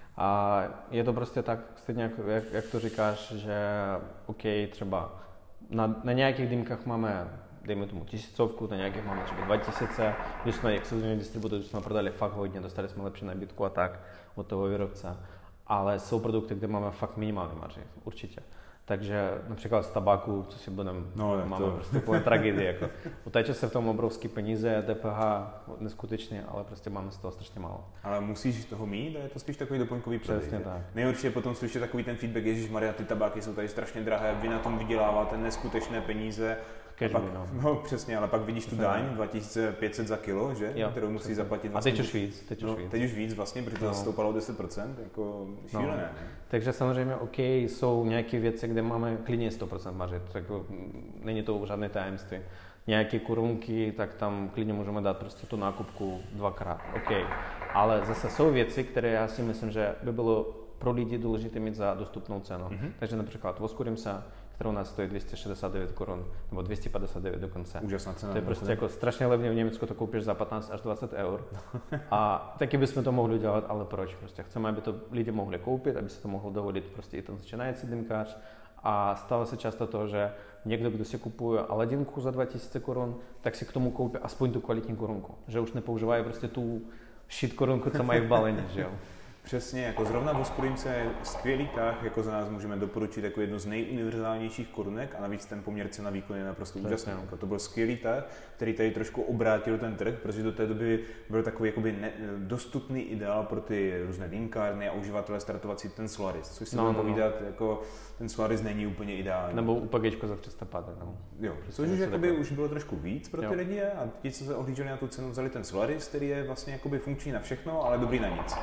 A je to prostě tak, stejně jak, jak, jak to říkáš, že OK, třeba na, na nějakých dýmkách máme, dejme tomu tisícovku, na nějakých máme třeba dva tisíce, když jsme exkluzivní distributoři, jsme prodali fakt hodně, dostali jsme lepší nabídku a tak od toho výrobce. Ale jsou produkty, kde máme fakt minimální marži, určitě. Takže například z tabáku, co si budeme, no, máme to. Prostě plné tragédie. Jako. Uteče se v tom obrovské peníze, D P H neskutečně, ale prostě máme z toho strašně málo. Ale musíš toho mít a je to spíš takový doplňkový prodej. Přesně tak. Nejhorší je potom slyšet takový ten feedback, ježišmarja, ty tabáky jsou tady strašně drahé, vy na tom vyděláváte neskutečné peníze Cashby, no. No přesně, ale pak vidíš tu daň dva tisíce pět set za kilo, že? Jo, kterou musí zaplatit vlastně. A teď už víc, teď už no, víc. Teď už víc vlastně, protože to no. stoupalo deset procent, jako šílené. No. Takže samozřejmě OK, jsou nějaké věci, kde máme klidně sto procent maržit, tak není to žádné tajemství. Nějaké korunky, tak tam klidně můžeme dát prostě tu nákupku dvakrát, OK. Ale zase jsou věci, které já si myslím, že by bylo pro lidi důležité mít za dostupnou cenu. Mm-hmm. Takže například Voskurimsa, která u nás stojí dvě stě šedesát devět korun, nebo dvě stě padesát devět dokonce. Úžasná cena. To je prostě jako strašně levně, v Německu to koupíš za patnáct až dvacet eur. A taky bychom to mohli dělat, ale proč? Prostě chceme, aby to lidi mohli koupit, aby se to mohl dovolit prostě i ten začínající dýmkař. A stalo se často to, že někdo, kdo si kupuje Aladinku za dva tisíce korun, tak si k tomu koupí aspoň tu kvalitní korunku. Že už nepoužívají prostě tu shit korunku, co mají v balení, že jo. Přesně, jako zrovna Voskurimsa je skvělý tah, jako za nás můžeme doporučit jako jednu z nejuniverzálnějších korunek a navíc ten poměr cena výkon je naprosto úžasný. Jako to byl skvělý tah, který tady trošku obrátil ten trh, protože do té doby byl takový jakoby ne, dostupný ideál pro ty různé dýmkárny a uživatele startovací ten Solaris, což si no, budeme no, povídat, jako ten Solaris není úplně ideální. Nebo UPGčko za tři sta padesát, no. Jo, což už, jakoby, už bylo trošku víc pro ty jo. lidi a ti, co se ohlíželi na tu cenu, vzali ten Solaris, který je vlastně jakoby funkční na všechno, ale dobrý na nic.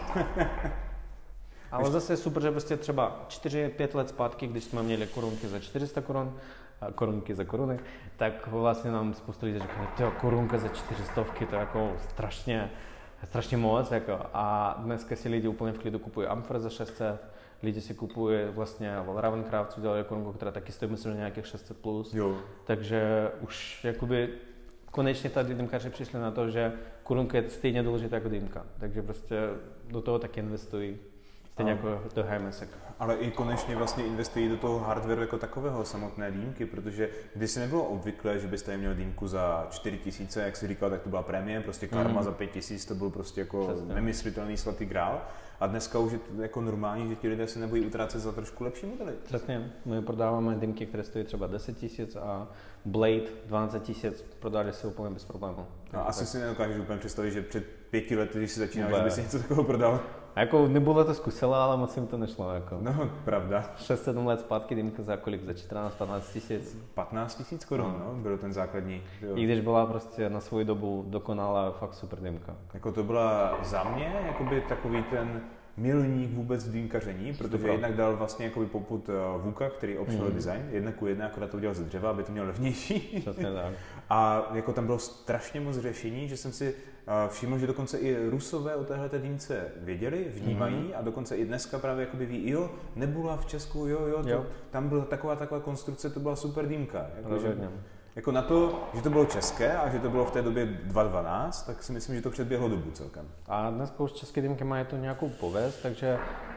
Ale zase je super, že prostě třeba čtyři pět let zpátky, když jsme měli korunky za čtyři sta korun, korunky za koruny, tak vlastně nám spoustu lidí řekli, tyjo, korunka za čtyři stovky, to je jako strašně, strašně moc, jako. A dneska si lidi úplně v klidu kupují Amfer za šest set, lidi si kupují vlastně Ravencraft, co dělali korunku, která taky stojí, myslím, že nějakých šest set plus, jo. Takže už jakoby konečně tady dýmkaři přišli na to, že korunka je stejně důležitá jako dýmka, takže prostě do toho taky investují. Stejně jako do HMSek. Ale i konečně vlastně investují do toho hardwareu jako takového, samotné dýmky, protože když se nebylo obvyklé, že byste měl dýmku za čtyři tisíce, jak si říkal, tak to byla prémie, prostě Karma mm. za pět tisíc, to byl prostě jako přesně nemyslitelný svatý grál. A dneska už je to jako normální, že ti lidé se nebojí utrácet za trošku lepší modely. Přesně, my prodáváme dýmky, které stojí třeba deset tisíc a Blade dvanáct tisíc prodali si úplně bez problémů. No, asi tak si nedokážeš úplně představit, že před pěti lety, když si začínal, že by si něco takového prodal. A jako nebylo to zkusilo, ale moc jim to nešlo. Jako. No, pravda. šest sedm let zpátky dýmka za kolik? Za čtrnáct patnáct tisíc? patnáct tisíc korun, no. no, byl ten základní. Jo. I když byla prostě na svou dobu dokonalá, fakt super dýmka. Jako to byla za mě jakoby takový ten milník vůbec v dýmkaření, protože Stopra. jednak dal vlastně jakoby popud Vuka, který obšel mm. design, jedna ku jedna, akorát to udělal ze dřeva, aby to mělo levnější. Přesně tak. A jako tam bylo strašně moc řešení, že jsem si všiml, že dokonce i Rusové o téhleté dýmce věděli, vnímají mm. a dokonce i dneska právě jakoby ví, jo, Nebula v Česku, jo, jo, to, jo. tam byla taková taková konstrukce, to byla super dýmka. Jako, že, jako na to, že to bylo české a že to bylo v té době dva tisíce dvanáct, tak si myslím, že to předběhlo dobu celkem. A dneska už české dýmky mají to nějakou pověst, takže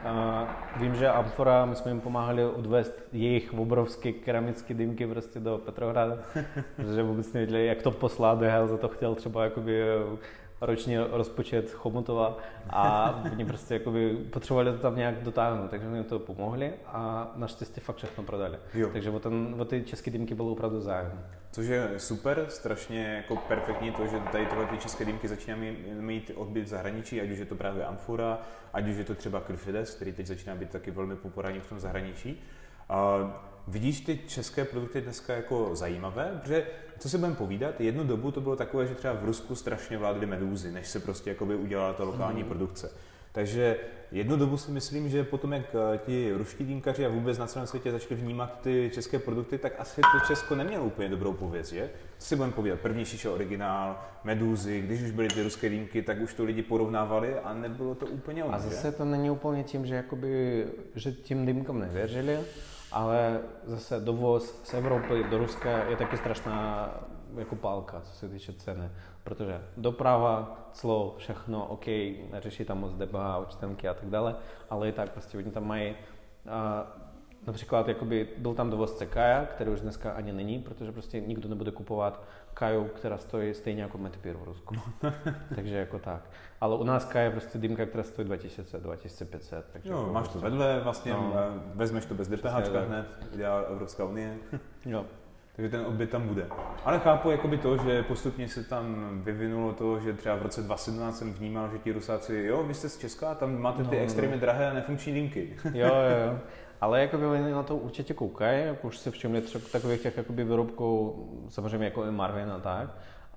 uh, vím, že Amfora, my jsme jim pomáhali odvést jejich obrovské keramické dýmky prostě do Petrohradu, protože vůbec nevěděli, jak to poslat, D H L za to chtěl třeba jakoby roční rozpočet Chomutova a oni prostě jakoby potřebovali to tam nějak dotáhnout, takže jsme jim to pomohli a naštěstí fakt všechno prodali. Jo. Takže o, ten, o ty české dýmky bylo opravdu zájem. Což je super, strašně jako perfektní to, že tady tyhle ty české dýmky začínáme mít odbyt v zahraničí, ať už je to právě Amfora, ať už je to třeba Kryfides, který teď začíná být taky velmi populární v tom zahraničí. A vidíš ty české produkty dneska jako zajímavé, protože co si budeme povídat, jednu dobu to bylo takové, že třeba v Rusku strašně vládly medúzy, než se prostě jakoby udělala ta lokální mm. produkce. Takže jednu dobu si myslím, že potom, jak ti ruští dýmkaři a vůbec na celém světě začali vnímat ty české produkty, tak asi to Česko nemělo úplně dobrou pověst, že? Co si budeme povídat, první šišel originál, medúzy, když už byly ty ruské dýmky, tak už to lidi porovnávali a nebylo to úplně ono. A zase to není úplně tím, že, jakoby, že tím dýmkám nevěřili, ale zase dovoz z Evropy do Ruska je taky strašná jako pálka, co se týče ceny, protože doprava, clo, všechno, OK, neřeší tam moc D P H, účtenky a tak dále, ale i tak prostě oni tam mají, a, například jakoby byl tam dovozce Kaja, který už dneska ani není, protože prostě nikdo nebude kupovat Kaju, která stojí stejně jako Metapír v Rusku. Takže jako tak. Ale u nás Kaja je prostě dýmka, která stojí dva tisíce, dva tisíce pět set. Takže jo, jako máš to vedle, vlastně no, vezmeš to bez D P H hned, ideál Evropská unie. Jo. Takže ten odbyt tam bude. Ale chápu jakoby to, že postupně se tam vyvinulo to, že třeba v roce dva tisíce sedmnáct jsem vnímal, že ti Rusáci, jo, vy jste z Česka, tam máte ty no, extrémně no. drahé a nefunkční dýmky. Jo, jo, jo. ale jakoby oni na to určitě koukají, jak už si všimli třeba takových těch jakoby výrobků, samozřejmě jako i Marvin a tak.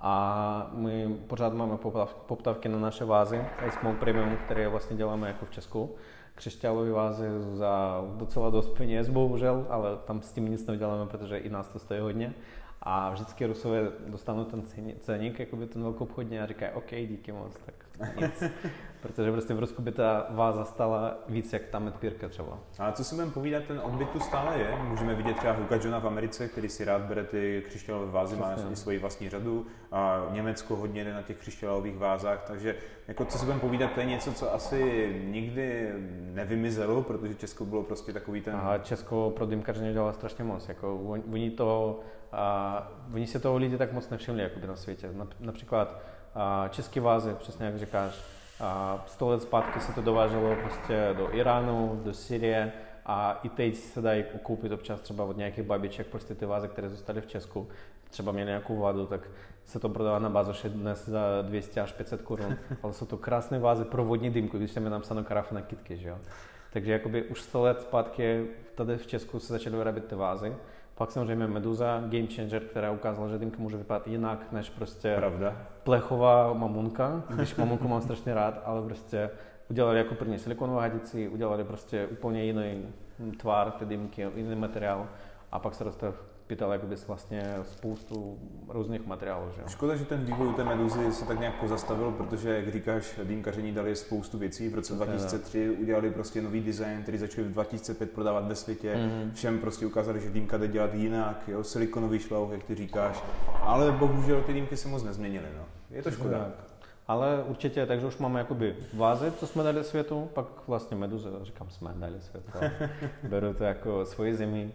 A my pořád máme poptávky na naše vázy, Ice Smoke Premium, které vlastně děláme jako v Česku. Křišťálové vázy za docela dost peněz, bohužel, ale tam s tím nic neuděláme, protože i nás to stojí hodně. A vždycky Rusové dostanou ten ceník, jakoby ten velkoobchodně a říkají OK, díky moc, tak nic. Protože prostě v Rusku by ta váza stála víc jak ta medpírka třeba. A co si budeme povídat, ten odbyt tu stále je. Můžeme vidět třeba Huka Johna v Americe, který si rád bere ty křišťálové vázy, má i svoji vlastní řadu. A Německo hodně jde na těch křišťálových vázách, takže jako co si budeme povídat, to je něco, co asi nikdy nevymizelo, protože Česko bylo prostě takový ten... A Česko pro dýmkaře dělalo strašně moc, jako oni to... A oni se toho lidi tak moc nevšimli jakoby na světě. Například a, české vázy, přesně jak říkáš, a sto let zpátky se to dováželo prostě do Iránu, do Syrie a i teď se dají koupit občas třeba od nějakých babiček prostě ty vázy, které zůstaly v Česku. Třeba měli nějakou vadu, tak se to prodává na Bazoši dnes za dvě stě až pět set korun, ale jsou to krásné vázy pro vodní dýmku, když tam je napsáno karafa na kytky, že jo. Takže jakoby už sto let zpátky tady v Česku se začaly vyrábět ty vázy. Pak samozřejmě Meduza, Game Changer, která ukázala, že dýmka může vypadat jinak než prostě Pravda. plechová mamunka, když mamunku mám strašně rád, ale prostě udělali jako první silikonovou hadici, udělali prostě úplně jiný tvar ty dýmky, jiný materiál a pak se dostal pytal jakoby vlastně spoustu různých materiálů. Že? Škoda, že ten vývoj té Meduzy se tak nějak pozastavil, protože, jak říkáš, dýmkaření dali spoustu věcí. V roce dva tisíce tři udělali prostě nový design, který začali v dva tisíce pět prodávat ve světě. Mm-hmm. Všem prostě ukázali, že dýmka jde dělat jinak, jo, silikonový šlouch, jak ty říkáš. Ale bohužel ty dýmky se moc nezměnily. No. Je to škoda. Tak. Ale určitě, takže už máme jakoby vázy, co jsme dali světu, pak vlastně Meduze, říkám jsme dali světu, beru to jako svoji zemi.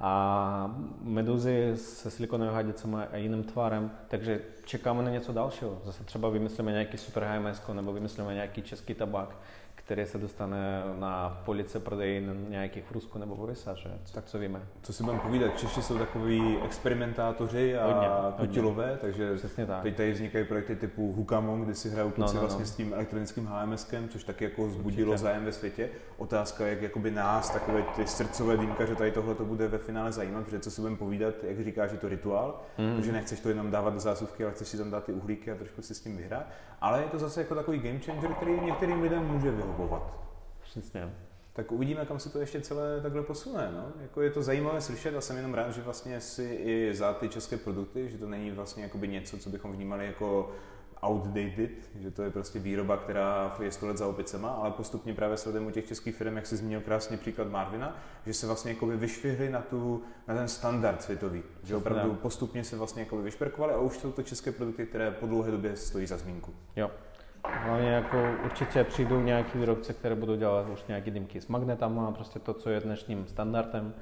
A Meduzy se silikonovými hadicemi a jiným tvarem, takže čekáme na něco dalšího. Zase třeba vymyslíme nějaký super high mesko nebo vymyslíme nějaký český tabák, který se dostane na police prodejin nějakých v Rusku nebo v U S A, že? Tak co víme. Co si budeme povídat, Češi jsou takový experimentátoři a hodně, putilové, hodně. Takže tak. Teď tady vznikají projekty typu Hukamon, kdy si hrajou kluci no, no, vlastně no. s tím elektronickým HMSkem, což taky jako vzbudilo určitě zájem ve světě. Otázka, jak jakoby nás, takové ty srdcové dýmkaře, tady tohle to bude ve finále zajímat, protože co si budeme povídat, jak říkáš, je to rituál, mm. protože nechceš to jenom dávat do zásuvky, ale chceš si tam dát ty uhlíky a trošku si s tím vyhrát. Ale je to zase jako takový game changer, který některým lidem může vyhovovat. Přesně. Tak uvidíme, kam se to ještě celé takhle posune. No? Jako je to zajímavé slyšet a jsem jenom rád, že vlastně si i za ty české produkty, že to není vlastně jakoby něco, co bychom vnímali jako outdated, že to je prostě výroba, která je sto let za opicema, ale postupně právě sledujeme u těch českých firm, jak jsi zmínil krásně příklad Marvina, že se vlastně jakoby vyšvihli na, tu, na ten standard světový, že opravdu postupně se vlastně jakoby vyšperkovali a už jsou to české produkty, které po dlouhé době stojí za zmínku. Jo. Hlavně jako určitě přijdou nějaký výrobce, které budou dělat už nějaké dýmky s magnetama, prostě to, co je dnešním standardem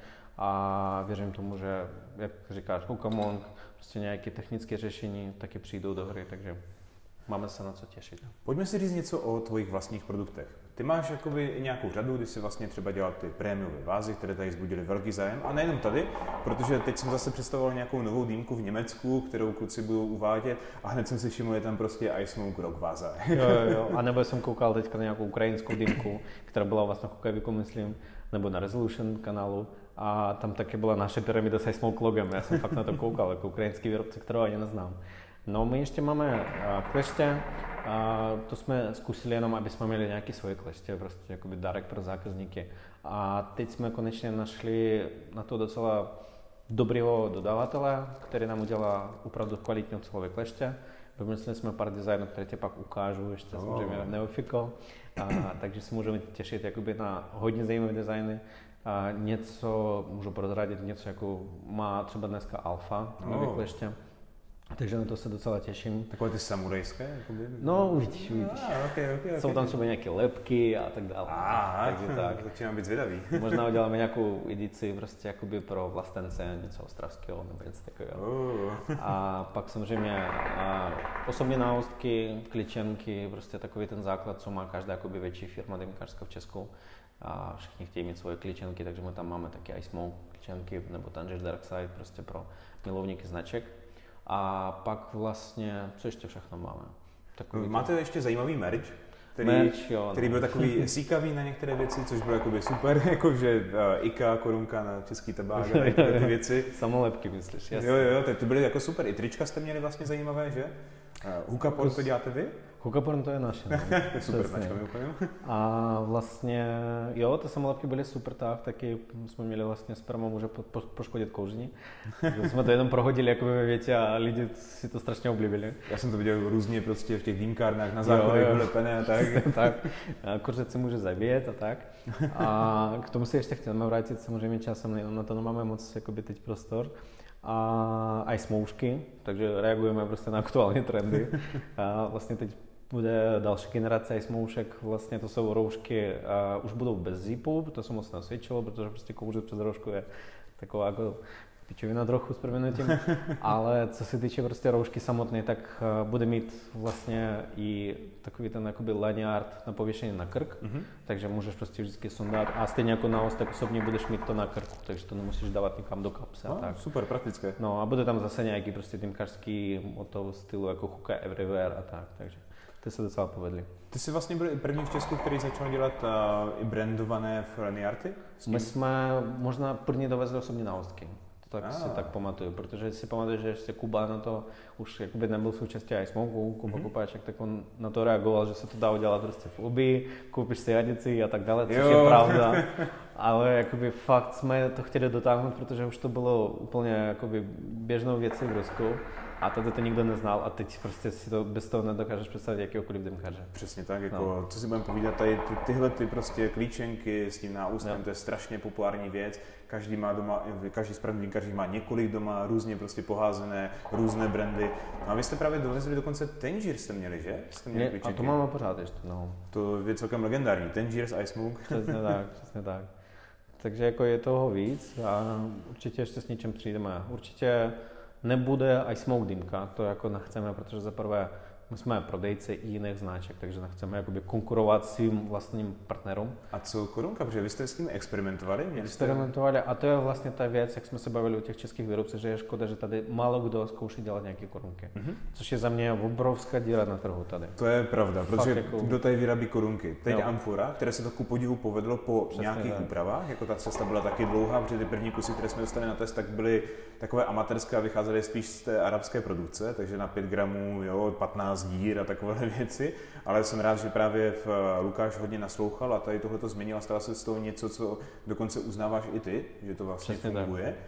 a věřím tomu, že, jak říkáš, Hukamon, prostě nějaké technické řešení taky přijdou do hry, takže máme se na co těšit. Pojďme si říct něco o tvojich vlastních produktech. Ty máš jakoby nějakou řadu, kdy si vlastně třeba dělal ty prémiové vázy, které tady vzbudily velký zájem. A nejenom tady, protože teď jsem zase představoval nějakou novou dýmku v Německu, kterou kluci budou uvádět a hned jsem si všiml, je tam prostě Ice Smoke Rock váza. Jo, jo, jo. A nebo jsem koukal teďka na nějakou ukrajinskou dýmku, která byla vlastně na Chokaviku, myslím, nebo na Resolution kanálu. A tam taky byla naše pyramida s Ice Smoke logem. Já jsem fakt na to koukal, jako ukrajinský výrobce, kterého ani neznám. No, my ještě máme kleště, a to jsme zkusili jenom, aby jsme měli nějaké svoje kleště, prostě jakoby dárek pro zákazníky. A teď jsme konečně našli na to docela dobrého dodavatele, který nám udělá opravdu kvalitní ocelové kleště. Vymysleli jsme pár designů, které tě pak ukážu, ještě oh. samozřejmě neofiko, a, takže se můžeme těšit jakoby na hodně zajímavé designy. A něco, můžu prozradit, něco jako má třeba dneska Alfa, nové oh. kleště. Takže na to se docela těším. Takové ty samurajské? Jakoby? No, uvidíš, uvidíš. Ah, okay, okay, Jsou okay. tam třeba nějaké lepky a tak dále. Ah, takže tak. Začínám být zvědavý. Možná uděláme nějakou edici prostě jakoby pro vlastence, něco ostravského nebo něco takového. Uh. A pak samozřejmě a osobní náustky, kličenky, prostě takový ten základ, co má každá jakoby větší firma dýmkařská v Česku. A všichni chtějí mít svoje kličenky, takže my tam máme taky Ice Smoke kličenky nebo Tangier Dark Side prostě pro milovníky značek. A pak vlastně, co ještě všechno máme? Takový Máte to ještě zajímavý merch? který, Merch, jo, který byl takový síkavý na některé věci, což bylo jakoby super, jakože uh, IKEA, korunka na český tabák a takové ty věci. Samolepky myslíš, jasně. Jo, jo, ty byly jako super. I trička jste měli vlastně zajímavé, že? Uh, Hookaporn to děláte vy? Hookaporn to je naše. No. To je super značka, mimochodem. A vlastně, jo, ty samolepky byly super, tak, taky jsme měli vlastně s Permou může po, po, poškodit kouření. Jsme to jenom prohodili jakoby ve větě a lidi si to strašně oblíbili. Já jsem to viděl různě prostě v těch dýmkárnách, na záchodech vylepené a tak. tak. Kouřit se může zabíjet a tak. A k tomu se ještě chceme vrátit samozřejmě časem, na to nemáme moc jakoby teď prostor. A aj smoušky, takže reagujeme prostě na aktuální trendy. A vlastně teď bude další generace i smoušek, vlastně to jsou roušky, a už budou bez zipu, to se moc nesvědčilo, protože prostě kouřit přes roušku je taková jako pičovina trochu s proměnutím, ale co se týče prostě roušky samotné, tak bude mít vlastně i takový ten jakoby lanyard na pověšení na krk, mm-hmm. takže můžeš prostě vždycky sundat a stejně jako na os, tak osobně budeš mít to na krku, takže to nemusíš dávat nikam do kapsy a no, tak. Super, praktické. No a bude tam zase nějaký prostě dýmkařský od toho stylu jako Hookah Everywhere a tak, takže ty se docela povedli. Ty jsi vlastně byl první v Česku, který začal dělat uh, i brandované lanyardy? My jsme možná první dovezli osobně na ostky. Tak ah. si tak pamatuju, protože si pamatuju, že ještě Kuba na to už jakoby nebyl součástí iSmoku, Kuba mm-hmm. Kupáček, tak on na to reagoval, že se to dá udělat prostě v obi, koupíš si radici a tak dále, což jo. je pravda. Ale jakoby fakt jsme to chtěli dotáhnout, protože už to bylo úplně jakoby běžnou věcí v Rusku. A tady to nikdo neznal a teď prostě si to bez toho nedokážeš představit jakýkoliv dýmkaře. Přesně tak, jako no. co si budeme povídat, tady ty, tyhle ty prostě klíčenky s tím náustem, no. to je strašně populární věc. Každý má doma, každý správný dýmkař má několik doma, různě prostě poházené, různé brandy. No a vy jste právě dovezli dokonce Tangier jste měli, že? Jste měli klíčenky. A to máme pořád ještě, no. To je celkem legendární, Tangier z iSmoke. Přesně tak, přesně tak. Takže jako je toho víc a určitě ještě s něčím přijdeme. Určitě nebude iSmoke dýmka, to jako nechceme, protože za prvé my jsme prodejci i jiných značek, takže nechceme jakoby konkurovat svým vlastním partnerům. A co korunka, protože vy jste s tím experimentovali? Měli jste... Experimentovali a to je vlastně ta věc, jak jsme se bavili o těch českých výrobcích, že je škoda, že tady málo kdo zkouší dělat nějaké korunky. Mm-hmm. Což je za mě obrovská díra na trhu tady. To je pravda, protože jako... kdo tady vyrábí korunky? Teď jo. Amfora, které se to ku podivu povedlo po Přesně nějakých tak. úpravách, jako ta cesta byla taky dlouhá, protože ty první kusy, které jsme dostali na test, tak byly takové amatérské a vycházely spíš z té arabské produkce, takže na pět gramů, jo, patnáct dír a takové věci, ale jsem rád, že právě v Lukáš hodně naslouchal a tady tohleto změnil a stalo se z toho něco, co dokonce uznáváš i ty, že to vlastně Přesně funguje. Tak.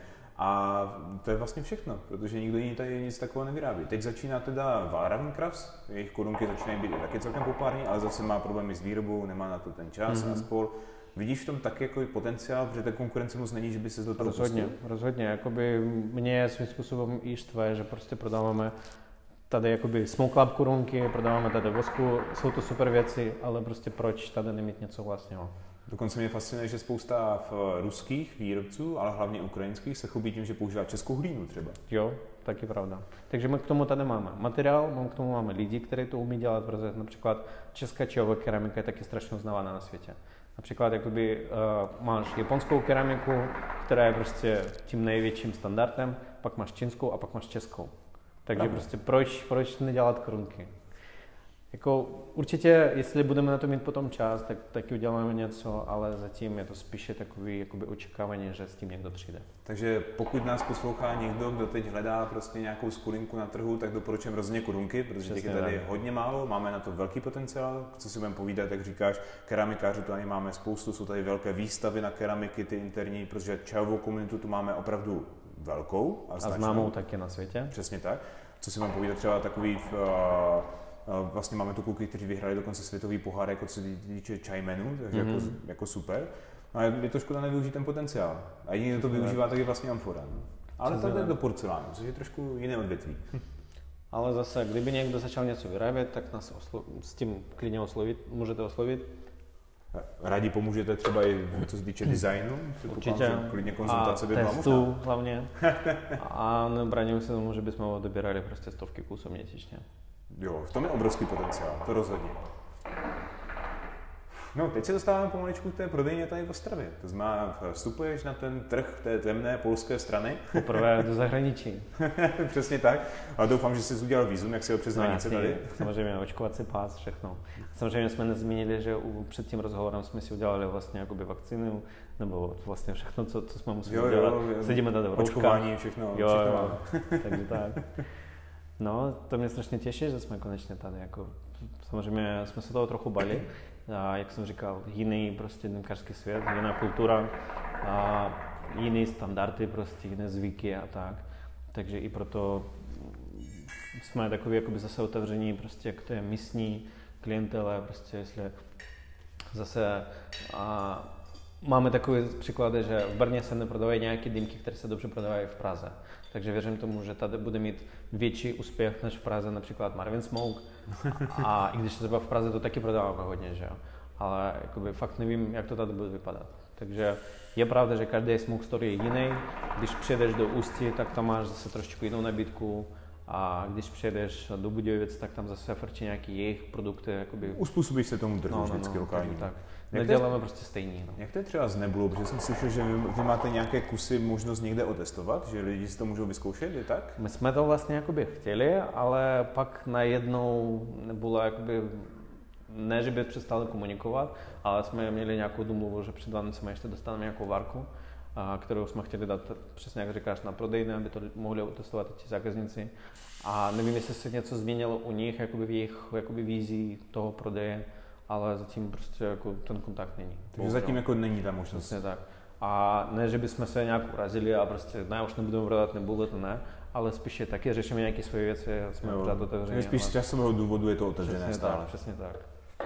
A to je vlastně všechno, protože nikdo jiný tady nic takového nevyrábí. Teď začíná teda Walravenkrafts, jejich korunky začínají být taky celkem populární, ale zase má problémy s výrobou, nemá na to ten čas mm-hmm. a spol. Vidíš v tom taky jako potenciál, protože ta konkurence moc není, že by se do toho Rozhodně, pustil? rozhodně. Jakoby mě svým způsobem i štve, že prostě prodáváme tady jakoby Smoke Lab korunky, prodáváme tady vosku, jsou to super věci, ale prostě proč tady nemít něco vlastního? Dokonce mě fascinuje, že spousta v ruských výrobců, ale hlavně ukrajinských, se chlubí tím, že používá českou hlínu třeba. Jo, taky pravda. Takže my k tomu tady máme materiál, my k tomu máme lidi, kteří to umí dělat, protože například česká čajová keramika je taky strašně uznávaná na světě. Například jakoby, uh, máš japonskou keramiku, která je prostě tím největším standardem, pak máš čínskou a pak máš českou. Takže Pravda. prostě proč, proč nedělat korunky? Jako určitě, jestli budeme na to mít potom čas, tak taky uděláme něco, ale zatím je to spíše takový jakoby očekávání, že s tím někdo přijde. Takže pokud nás poslouchá někdo, kdo teď hledá prostě nějakou skulinku na trhu, tak doporučujeme rozhodně korunky, protože těch je tady tak. hodně málo, máme na to velký potenciál, co si budeme povídat, jak říkáš, keramikářů tady máme spoustu, jsou tady velké výstavy na keramiky, ty interní, protože čajovou komunitu tu máme opravdu velkou a, a známou taky na světě. Přesně tak. Co si budeme povídat, třeba takový v, Uh, vlastně máme tu kluky, kteří vyhráli dokonce světový pohár, jako co se týče čajmenů, takže mm-hmm. jako, jako super. No a je to škoda nevyužít ten potenciál. A jediný, kdo to využívá, tak je vlastně Amfora. Ale to jde do porcelánu, což je trošku jiné odvětví. Ale zase, kdyby někdo začal něco vyrábět, tak nás oslo- s tím klidně oslovit, můžete oslovit. Rádi pomůžete třeba i co se týče designu? Určitě. Klidně konzultace by byla možná. testu hlavně. A nebraníme se tomu, že bychom odebírali prostě stovky kusů měsíčně. Jo, v tom je obrovský potenciál, to rozhodně. No, teď se dostáváme pomaličku k té prodejně tady v Ostravě. To znamená, vstupuješ na ten trh té temné polské strany. Poprvé do zahraničí. Přesně tak. A doufám, že jsi udělal vízum, jak si ho přes No, hranice tady. Samozřejmě očkovací pás, všechno. Samozřejmě jsme nezmínili, že u, před tím rozhovorem jsme si udělali vlastně jakoby vakcínu, nebo vlastně všechno, co, co jsme museli jo, udělat. Jo, jo. Sedíme tady v rouškách. Očkování, všechno. Jo, všechno jo. Takže tak. No, to mě strašně těší, že jsme konečně tady. Jako, samozřejmě jsme se toho trochu bali. A jak jsem říkal, jiný prostě dýmkařský svět, jiná kultura, a jiný standardy, prostě jiné zvyky a tak. Takže i proto jsme takový jakoby zase otevření prostě k té místní klientele, prostě jestli zase a máme takové příklady, že v Brně se neprodávají nějaké dýmky, které se dobře prodávají v Praze. Takže věřím tomu, že tady bude mít větší úspěch než v Praze například Marvin Smoke. A i když třeba v Praze to taky prodáváme hodně, že jo. Ale jakoby fakt nevím, jak to tady bude vypadat. Takže je pravda, že každý smoke store je jiný. Když přijedeš do Ústí, tak tam máš zase trošku jinou nabídku. A když přijedeš do Budějovic, tak tam zase frčí nějaký jejich produkty. Jakoby... Uspůsobíš se tomu trhu no, no, vždycky no, lokální. Tak. Jak Neděláme prostě stejný. No. Jak to je třeba z Nebulou? Protože jsem slyšel, že vy, vy máte nějaké kusy možnost někde otestovat, že lidi si to můžou vyzkoušet, je tak? My jsme to vlastně jakoby chtěli, ale pak najednou Nebula jakoby, ne, že by přestali komunikovat, ale jsme měli nějakou domluvu, že před Vánocemi ještě dostaneme nějakou varku, a, kterou jsme chtěli dát, přesně jak říkáš, na prodejny, aby to mohli otestovat ti zákazníci. A nevím, jestli se něco změnilo u nich, jakoby v jejich jakoby vízí toho prodeje, ale zatím prostě jako ten kontakt není. Takže zatím jako není ta možnost. Přesně tak. A ne, že bychom se nějak urazili a prostě ne, už nebudeme prodat, nebude to ne, ale spíše taky řešíme nějaké svoje věci a jsme pořád otevření. Spíš z časového důvodu je to otevřené přesně stále. Tak, přesně tak.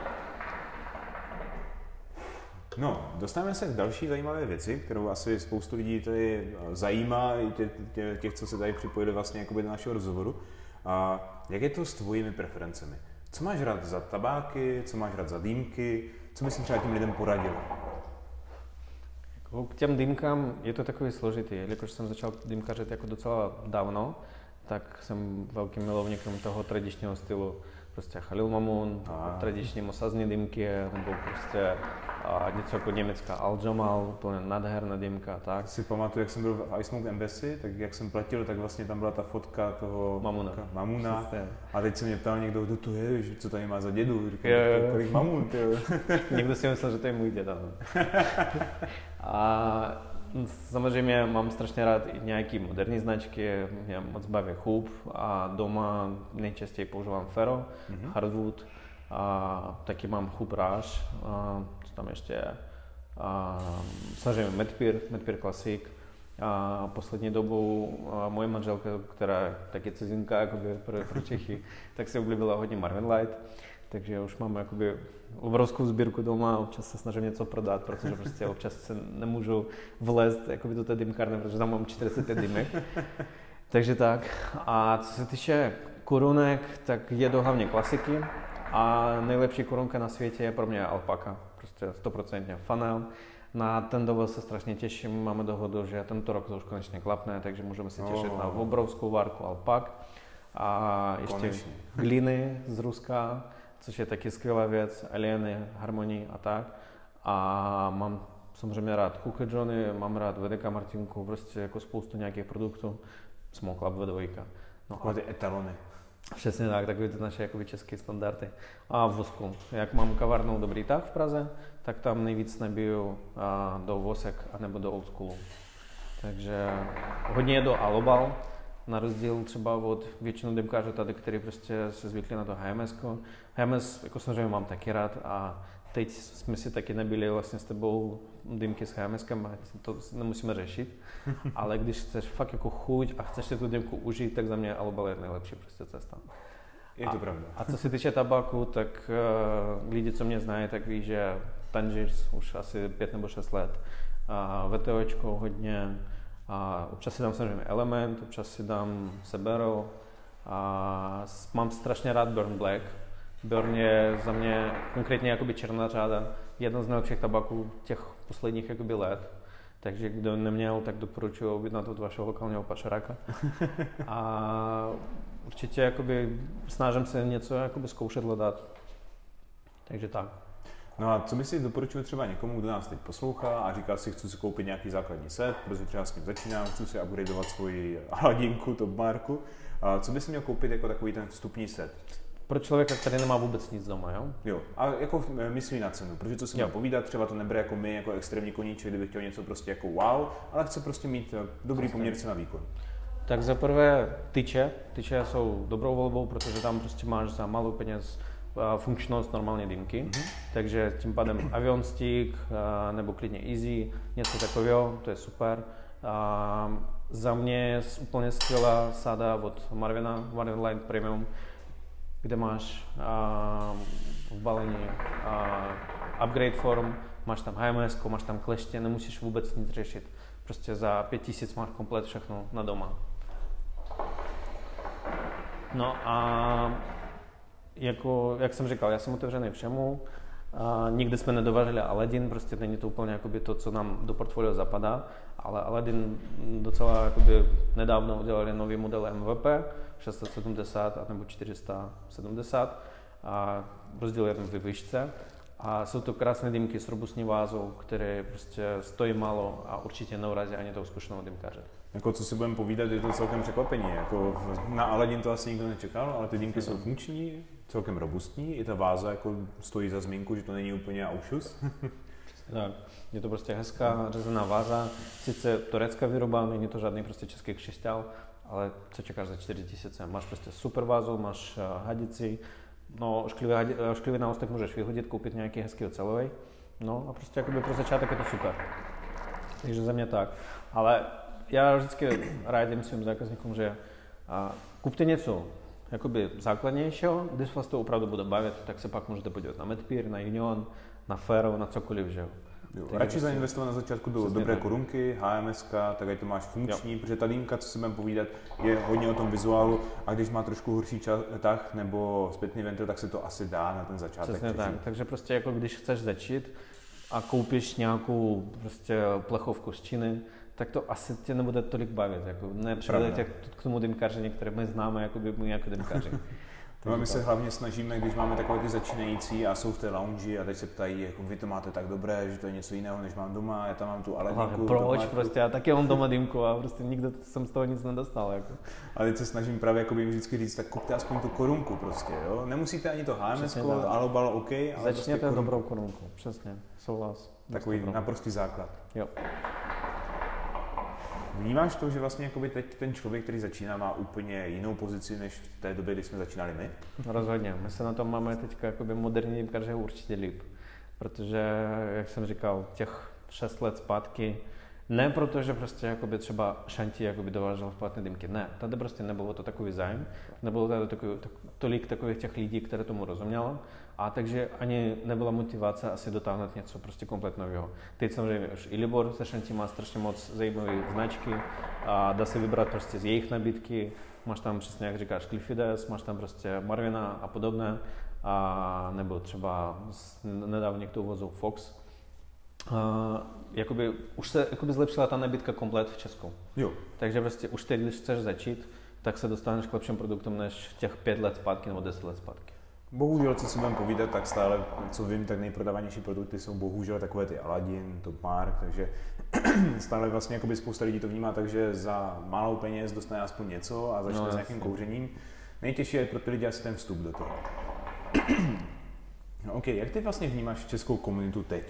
No, dostaneme se k další zajímavé věci, kterou asi spoustu lidí tady zajímá, i těch, těch, těch co se tady připojili vlastně jakoby do našeho rozhovoru. A jak je to s tvojimi preferencemi? Co máš rád za tabáky, co máš rád za dýmky, co bys třeba těm lidem poradil? K těm dýmkám je to takový složitý, jelikož jsem začal dýmkařit jako docela dávno, tak jsem velkým milovníkem toho tradičního stylu. Prostě Khalil Mamun, tradiční mosazní dýmky, nebo prostě a něco jako německá Al Jamal, úplně nádherná dýmka, tak. Si pamatuju, jak jsem byl v Ice Smoke Embassy, tak jak jsem platil, tak vlastně tam byla ta fotka toho Mamuna. Mamuna. A teď se mě ptal někdo, kdo to je, co tady má za dědu, říkám, kolik Mamun, Někdo si myslel, že to je můj děda. A samozřejmě mám strašně rád i nějaké moderní značky, mě moc baví Hoop a doma nejčastěji používám Ferro, mm-hmm. Hardwood a taky mám Hoop Rush, a co tam ještě a samozřejmě Medpeer, Medpeer Classic a poslední dobou a moje manželka, která je taky cizinka jakoby pro, pro Čechy, tak si oblíbila hodně Marvin Light. Takže už mám jakoby obrovskou sbírku doma, občas se snažím něco prodat, protože prostě občas se nemůžu vlézt jakoby do té dýmkárny, protože tam mám čtyřicet pět dýmek. Takže tak. A co se týče korunek, tak je to hlavně klasiky. A nejlepší korunka na světě je pro mě alpaka. Prostě stoprocentně fanel. Na ten dovoz se strašně těším, máme dohodu, že tento rok to už konečně klapne, takže můžeme se těšit oh. na obrovskou várku alpak. A ještě konečně. Gliny z Ruska, což je taky skvělá věc, alieny, harmonii a tak. A mám samozřejmě rád Kuchy Johnny, mám rád V D K Martinku, prostě jako spoustu nějakých produktů. Smoke Lab V dva. No a ty etalony. Přesně tak, takové ty naše jakoby české standardy. A v vosku. Jak mám kavárnu Dobrý tak v Praze, tak tam nejvíc nabiju a, do vosek anebo do old schoolu. Takže hodně je do alobal, na rozdíl třeba od většinu dýmkařů tady, kteří prostě se zvykli na to H M S ko. H M S jako samozřejmě mám taky rád a teď jsme si taky nabili vlastně s tebou dýmky s H M S kem a to nemusíme řešit. Ale když chceš fakt jako chuť a chceš si tu dýmku užít, tak za mě alobal je nejlepší prostě cesta. Je to a, pravda. A co se týče tabáku, tak uh, lidi, co mě znají, tak ví, že Tangiers už asi pět nebo šest let. Uh, VTOčko hodně. A občas si dám samozřejmě Element, občas si dám Sebero a mám strašně rád Burn Black. Burn je za mě konkrétně jakoby černá řáda, jeden z nejlepších tabaků těch posledních jakoby let. Takže kdo neměl, tak doporučuji objednat od vašeho lokálního pašeráka. A určitě jakoby snažím se něco jakoby zkoušet hledat. Takže tak. No a co by si doporučil třeba někomu, kdo nás teď poslouchá a říká si, chci si koupit nějaký základní set, protože třeba s tím začínám, chci si upgradeovat svoji Aladinku, top marku. A co by si měl koupit jako takový ten vstupní set? Pro člověka, který nemá vůbec nic doma, jo? Jo, a jako myslí na cenu, protože co si měl povídat, třeba to nebere jako my, jako extrémní koníček, kdyby chtěl něco prostě jako wow, ale chce prostě mít dobrý poměr cena výkon. Tak za prvé tyče, tyče jsou dobrou volbou, protože tam prostě máš za malou peněz funkčnost normálně dýmky, mm-hmm. takže tím pádem avion stick nebo klidně easy, něco takového, to je super. A za mě je úplně skvělá sáda od Marvina, Marvin Line Premium, kde máš a, v balení a, upgrade form, máš tam H M S, máš tam kleště, nemusíš vůbec nic řešit. Prostě za pět tisíc máš komplet všechno na doma. No a jako, jak jsem říkal, já jsem otevřený všemu. A nikdy jsme nedováželi Aladin, prostě není to úplně jakoby to, co nám do portfolia zapadá, ale Aladin docela jakoby nedávno udělali nový model M V P šest set sedmdesát nebo čtyři sta sedmdesát a rozdíl je ve výšce. A jsou to krásné dýmky s robustní vázou, které prostě stojí málo a určitě neurazí ani toho zkušeného dýmkaře. Jako co si budeme povídat, je to celkem překvapení. Jako na Aladin to asi nikdo nečekal, ale ty dýmky jsou funkční, celkem robustní, i ta váza jako stojí za zmínku, že to není úplně aušus. Tak, je to prostě hezká řezaná váza, sice turecká výroba, není to žádný prostě český křišťál, ale co čekáš za čtyři tisíce? Máš prostě super vázu, máš hadici, no ošklivý, ošklivý náustek můžeš vyhodit, koupit nějaký hezký ocelový, no a prostě jakoby pro začátek je to super. Takže za mě tak, ale já vždycky radím svým zákazníkům, že a, kupte něco jakoby základnějšího, když vás to opravdu bude bavit, tak se pak můžete podívat na Medpeer, na Union, na Fero, na cokoliv, že jo. Jo, radši zainvestovat na začátku do dobré tak. korunky, H M S ka, tak ať to máš funkční, jo. Protože ta dýmka, co si budeme povídat, je hodně o tom vizuálu a když má trošku horší tah nebo zpětný ventil, tak se to asi dá na ten začátek. Přesně tak, takže prostě jako když chceš začít a koupíš nějakou prostě plechovku z Číny, tak to asi tě nebude tolik bavit, jako nepřijde tě k tomu dýmkaření, které my známe jako by my jako dýmkaři. No, my se hlavně snažíme, když máme takové ty začínající a jsou v té lounge a teď se ptají, jako vy to máte tak dobré, že to je něco jiného, než mám doma, já tam mám tu Aladinku. Proč prostě, já taky mám doma dýmku a prostě nikdo jsem z toho nic nedostal. Jako. A teď se snažím právě jako jim vždycky říct, tak kupte aspoň tu korunku prostě, jo. Nemusíte ani to H M S ko, alobalo OK, ale začněte prostě korunku. Dobrou korunku, přesně, souhlas. Takový naprostý základ. Jo. Vnímáš to, že vlastně teď ten člověk, který začíná, má úplně jinou pozici, než v té době, kdy jsme začínali my? Rozhodně. My se na tom máme teď jakoby moderní dýmkaře určitě líp. Protože, jak jsem říkal, těch šest let zpátky, ne protože prostě jakoby třeba Šanti jakoby dovážel platné dýmky, ne. Tady prostě nebylo to takový zájem, nebylo tady takový, tak, tolik takových těch lidí, které tomu rozumělo. A takže ani nebyla motivace asi dotáhnout něco prostě komplet nového. Teď samozřejmě už i Libor ze Šanti má strašně moc zajímavé značky a dá se vybrat prostě z jejich nabídky. Máš tam přesně, jak říkáš, Cliffides, máš tam prostě Marvina a podobné. A nebo třeba nedávně k tomu vozou Fox. A, jakoby, už se jakoby zlepšila ta nabídka komplet v Česku. Jo. Takže prostě už teď, když chceš začít, tak se dostaneš k lepším produktům než těch pět let zpátky nebo deset let zpátky. Bohužel, co si budeme povídat, tak stále, co vím, tak nejprodávanější produkty jsou bohužel takové ty Aladin, Top Mark, takže stále vlastně jakoby spousta lidí to vnímá tak, že za malou peněz dostane aspoň něco a začne no, s nějakým kouřením. Nejtěžší je pro ty lidi asi ten vstup do toho. No, OK, jak ty vlastně vnímáš českou komunitu teď?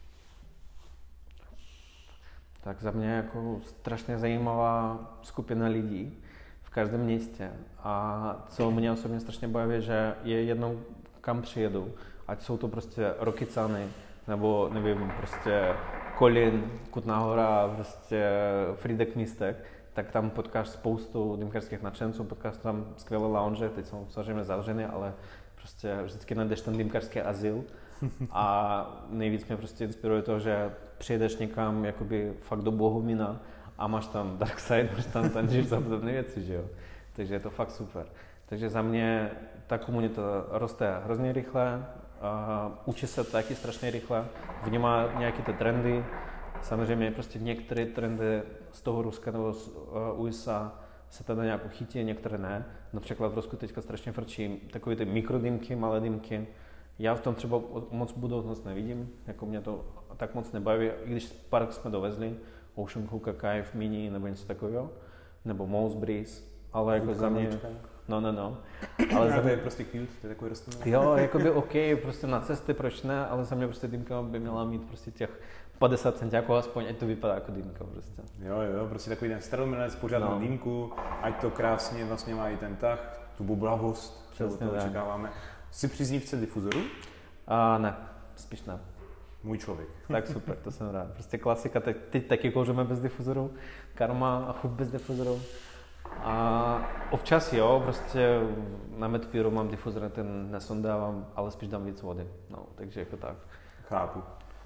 Tak za mě jako strašně zajímavá skupina lidí v každém městě. A co mě osobně strašně baví, že je jednou kam přijedu, ať jsou to prostě Rokycany, nebo nevím, prostě Kolín, Kutná Hora, prostě Frýdek Místek, tak tam potkáš spoustu dýmkařských nadšenců, potkáš tam skvělé lounge, teď jsou samozřejmě zavřeny, ale prostě vždycky najdeš ten dýmkařský azyl. A nejvíc mě prostě inspiruje to, že přijedeš někam jakoby fakt do Bohumína a máš tam Darkside, máš tam tančíš za podobné věci, že jo. Takže je to fakt super. Takže za mě ta komunita roste hrozně rychle, uh, učí se taky strašně rychle, vnímá nějaké ty trendy. Samozřejmě prostě některé trendy z toho Ruska nebo z uh, U S A se tady nějak chytí, některé ne. Například v Rusku teďka strašně frčí takové ty mikrodýmky, malé dýmky, Já v tom třeba moc budoucnost nevidím, jako mě to tak moc nebaví, i když park jsme dovezli, Ocean Hookah, Cave, Mini nebo něco takového, nebo Mouse Breeze, ale jako za mě, no, no, no. Ale za mě je prostě cute, to je takový rostlina. Jo, jakoby OK, prostě na cesty, proč ne, ale za mě prostě dýmka by měla mít prostě těch padesát centiáků aspoň, ať to vypadá jako dýmka prostě. Jo, jo, prostě takový ten staromělec, pořádnou no. dýmku, ať to krásně vlastně má i ten tah, tu bublavost, přesně to očekáváme. Jsi příznivce difuzoru? A ne, spíš ne. Můj člověk. Tak super, to jsem rád. Prostě klasika, teď, teď taky kouříme bez difuzoru, Karma a chuť bez difuzoru. A občas jo, prostě na Medpeeru mám difuzor, ten nesondávám, ale spíš dám víc vody, no, takže jako tak. Chápu.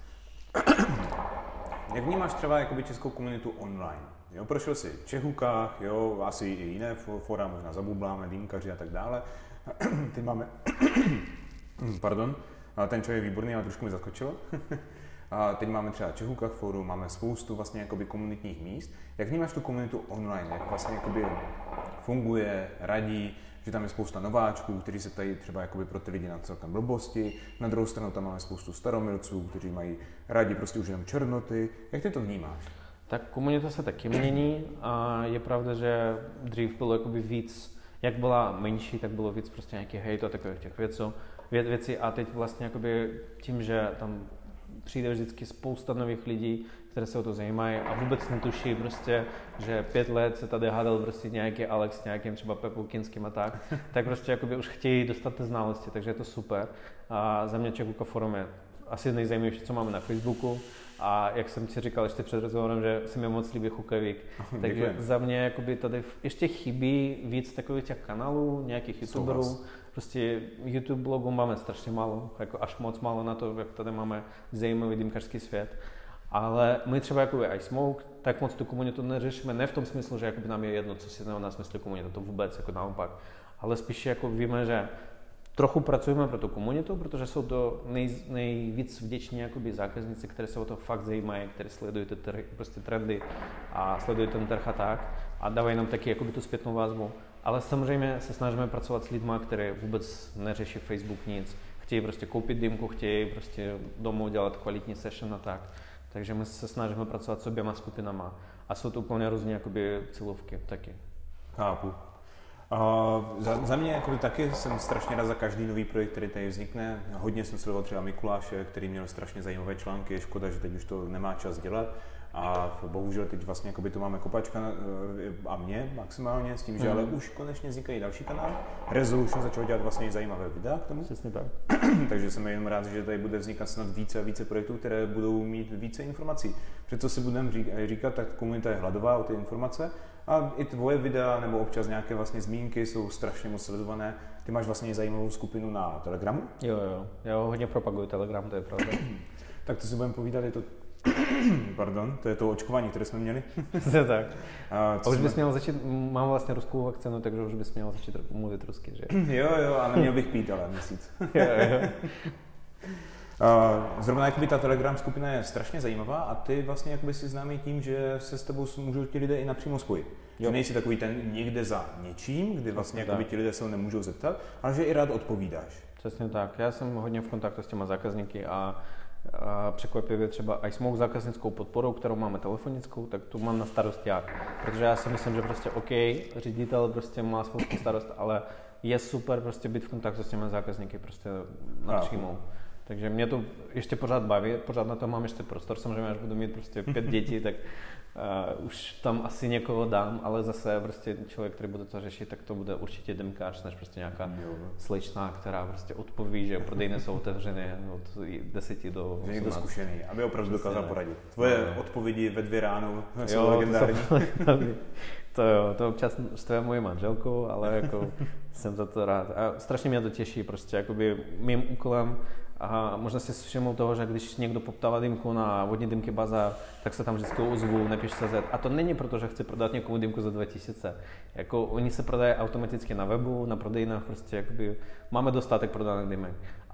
Jak vnímáš třeba jakoby českou komunitu online? Jo, prošel jsi v Čehukách, jo, asi i jiné fora, možná zabubláme, dýmkaři a tak dále. Teď máme, pardon, ten čaj je výborný, ale trošku mi zaskočilo. A teď máme třeba Čehukách forum, máme spoustu vlastně jakoby komunitních míst. Jak vnímáš tu komunitu online? Jak vlastně jakoby funguje, radí, že tam je spousta nováčků, kteří se tady třeba jakoby pro ty lidi na celkem blbosti. Na druhou stranu tam máme spoustu staromilců, kteří mají rádi prostě už jenom černoty. Jak ty to vnímáš? Tak komunita se taky mění a je pravda, že dřív bylo jakoby víc, jak byla menší, tak bylo víc prostě nějaký hejt a takových těch věců, věcí a teď vlastně jakoby tím, že tam přijde vždycky spousta nových lidí, které se o to zajímají a vůbec netuší prostě, že pět let se tady hádal prostě nějaký Alex s nějakým třeba Pepulkinským a tak, tak prostě jakoby už chtějí dostat ty znalosti, takže je to super. A za mě Čehukah forum je asi nejzajímavější, co máme na Facebooku. A jak jsem ti říkal ještě před rozhovorem, že se mi moc líbí Hookahvík, takže děkujem. Za mě jakoby tady ještě chybí víc takových těch kanálů, nějakých youtuberů. Prostě YouTube blogu máme strašně málo, jako až moc málo na to, jak tady máme zajímavý dýmkařský svět. Ale my třeba jako iSmoke, tak moc tu komunitu neřešíme, ne v tom smyslu, že jakoby nám je jedno, co si o nás myslí komunita, to vůbec, jako naopak. Ale spíš jako víme, že trochu pracujeme pro tu komunitu, protože jsou to nej, nejvíc vděční jakoby zákazníci, kteří se o to fakt zajímají, kteří sledují ty trhy, prostě trendy a sledují ten trh a tak a dávají nám taky jakoby tu zpětnou vazbu. Ale samozřejmě se snažíme pracovat s lidmi, kteří vůbec neřeší Facebook nic, chtějí prostě koupit dýmku, chtějí prostě domů dělat kvalitní session a tak. Takže my se snažíme pracovat s oběma skupinama a jsou to úplně různé jakoby cílovky taky. Chápu. Uh, za, za mě jako taky jsem strašně rád za každý nový projekt, který tady vznikne. Hodně jsem sledoval třeba Mikuláše, který měl strašně zajímavé články, je škoda, že teď už to nemá čas dělat. A bohužel teď vlastně to máme Kopačka a mě maximálně s tím, že mm. ale už konečně vznikají další kanál. Resolution začal dělat vlastně zajímavé videa k tomu. Přesně tak. Takže jsem jenom rád, že tady bude vznikat snad více a více projektů, které budou mít více informací. Přesto si budeme říkat, tak komunita je hladová o ty informace. A i tvoje videa nebo občas nějaké vlastně zmínky jsou strašně moc sledované. Ty máš vlastně zajímavou skupinu na Telegramu? Jo, jo. Já hodně propaguju Telegram, to je pravda. Tak to si budeme povídat, je to Pardon, to je to očkování, které jsme měli. tak. A, a už bys jsme... měl začít, mám vlastně ruskou vakcínu, takže už bys měl začít mluvit rusky, že? jo, jo, a neměl bych pít, ale měsíc. jo, jo. Uh, zrovna jakoby ta Telegram skupina je strašně zajímavá a ty vlastně jakoby si známý tím, že se s tebou můžou ti lidé i napřímo spojit. Jo. Že nejsi takový ten někde za něčím, kdy vlastně jakoby ti lidé se nemůžou zeptat, ale že i rád odpovídáš. Přesně tak. Já jsem hodně v kontaktu s těma zákazníky a, a překvapivě třeba iSmoke zákaznickou podporou, kterou máme telefonickou, tak tu mám na starost já. Protože já si myslím, že prostě OK, ředitel prostě má svou starost, ale je super prostě být v kontaktu s těmi zákazníky prostě napřímo. Takže mě to ještě pořád baví, pořád na to mám ještě prostor, samozřejmě až budu mít prostě pět dětí, tak uh, už tam asi někoho dám, ale zase prostě člověk, který bude to řešit, tak to bude určitě dýmkař, než prostě nějaká slečna, která prostě odpoví, že prodejny jsou otevřené od deseti do osmnácti. Někdo zkušený, aby opravdu dokázal poradit. Tvoje no. odpovědi ve dvě ráno jsou jo, legendární. To jo, to občas stojí mojí manželkou, ale jako jsem za to rád. A strašně mě to těší, prostě jakoby mým úkolem. A možná si všiml toho, že když někdo poptává dýmku na vodní dýmky Bazar, tak se tam vždycky ozvu, nepíš C Z. A to není proto, že chci prodat někomu dýmku za dva tisíce. Jako oni se prodají automaticky na webu, na prodejnách, prostě jakoby máme dostatek prodaných dýmek.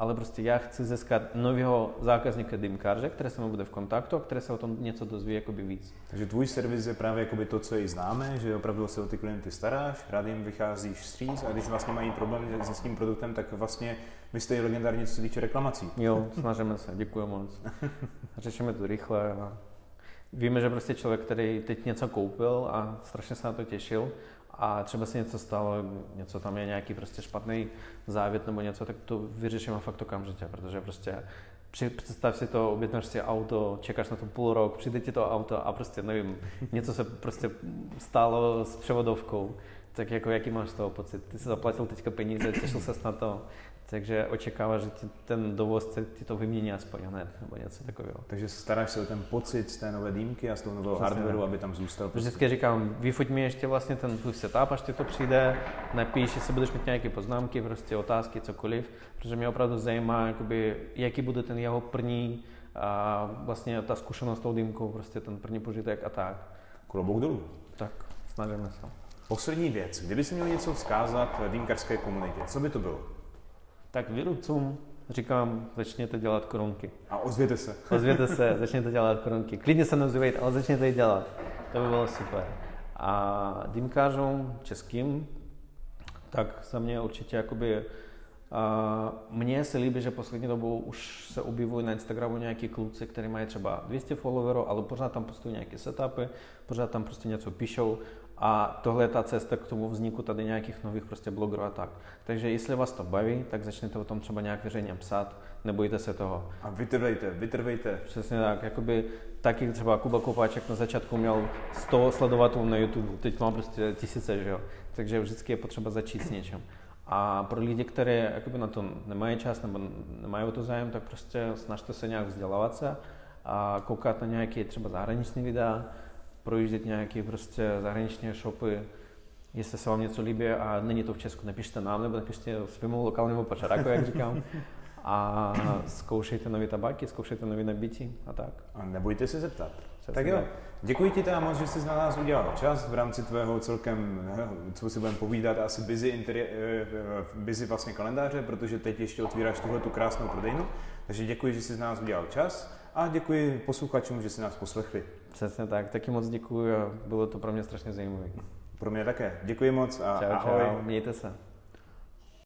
ale prostě já chci získat nového zákazníka dýmkaře, který se mnou bude v kontaktu a který se o tom něco dozví jakoby víc. Takže tvůj servis je právě jakoby to, co i známe, že opravdu se o ty klienty staráš, rád jim vycházíš vstříc a když vlastně mají problém s tím produktem, tak vlastně vy jste i legendární, co se týče reklamací. Jo, snažíme se, děkuji moc. Řešíme to rychle a víme, že prostě člověk, který teď něco koupil a strašně se na to těšil a třeba se něco stalo, něco tam je nějaký prostě špatný závět nebo něco, tak to vyřešíme fakt okamžitě, protože prostě představ si to, objednáš si auto, čekáš na to půl rok, přijde ti to auto a prostě nevím, něco se prostě stalo s převodovkou, tak jako jaký máš z toho pocit? Ty jsi zaplatil teďka peníze, těšil ses na to, takže očekáváš, že ti ten dovozce ti to vymění aspoň hned, nebo něco takového. Takže staráš se o ten pocit z té nové dýmky a z toho nového hardwareu, aby tam zůstal. Prostě. Vždycky říkám, vyfoť mi ještě vlastně ten tvůj setup, až ti to přijde, napíš, jestli budeš mít nějaké poznámky, prostě otázky, cokoliv, protože mě opravdu zajímá, jakoby, jaký bude ten jeho první, a vlastně ta zkušenost s tou dýmkou, prostě ten první požitek a tak. Klobouk dolů. Tak, snažíme se. Poslední věc, kdyby si měl něco vzkázat dýmkařské komunitě, co by to bylo? Tak výrobcům říkám, začněte dělat korunky. A ozvěte se. Ozvěte se, začněte dělat korunky. Klidně se neozvějte, ale začněte je dělat. To by bylo super. A dýmkařům českým, tak za mě určitě jakoby, a mně se líbí, že poslední dobou už se objevují na Instagramu nějaký kluci, kteří mají třeba dvě stě followerů, ale pořád tam postují nějaké setupy, pořád tam prostě něco píšou. A tohle je ta cesta k tomu vzniku tady nějakých nových prostě blogerů a tak. Takže jestli vás to baví, tak začněte o tom třeba nějak veřejně psát, nebojte se toho. A vytrvejte, vytrvejte. Přesně tak, jakoby taky třeba Kuba Kopáček na začátku měl sto sledovatelů na YouTube, teď má prostě tisíce, že jo. Takže vždycky je potřeba začít s něčím. A pro lidi, kteří jakoby na to nemají čas nebo nemají o to zájem, tak prostě snažte se nějak vzdělávat se a koukat na nějaké třeba zahraniční videa, projíždět nějaké prostě zahraniční shopy, jestli se vám něco líbí a není to v Česku, napište nám nebo napište svému lokálnímu pašeráku, jak říkám. A zkoušejte nové tabaky, zkoušejte nové nabití a tak. A nebojte se zeptat. Přesně tak jo, děkuji ti teda moc, že jsi na nás udělal čas v rámci tvého celkem, co si budeme povídat, asi busy, interi- busy vlastně kalendáře, protože teď ještě otvíráš tuhle tu krásnou prodejnu. Takže děkuji, že jsi na nás udělal čas a děkuji posluchačům, že si nás poslechli. Přesně tak, taky moc děkuji a bylo to pro mě strašně zajímavé. Pro mě také. Děkuji moc a čau, ahoj. Čau, mějte se.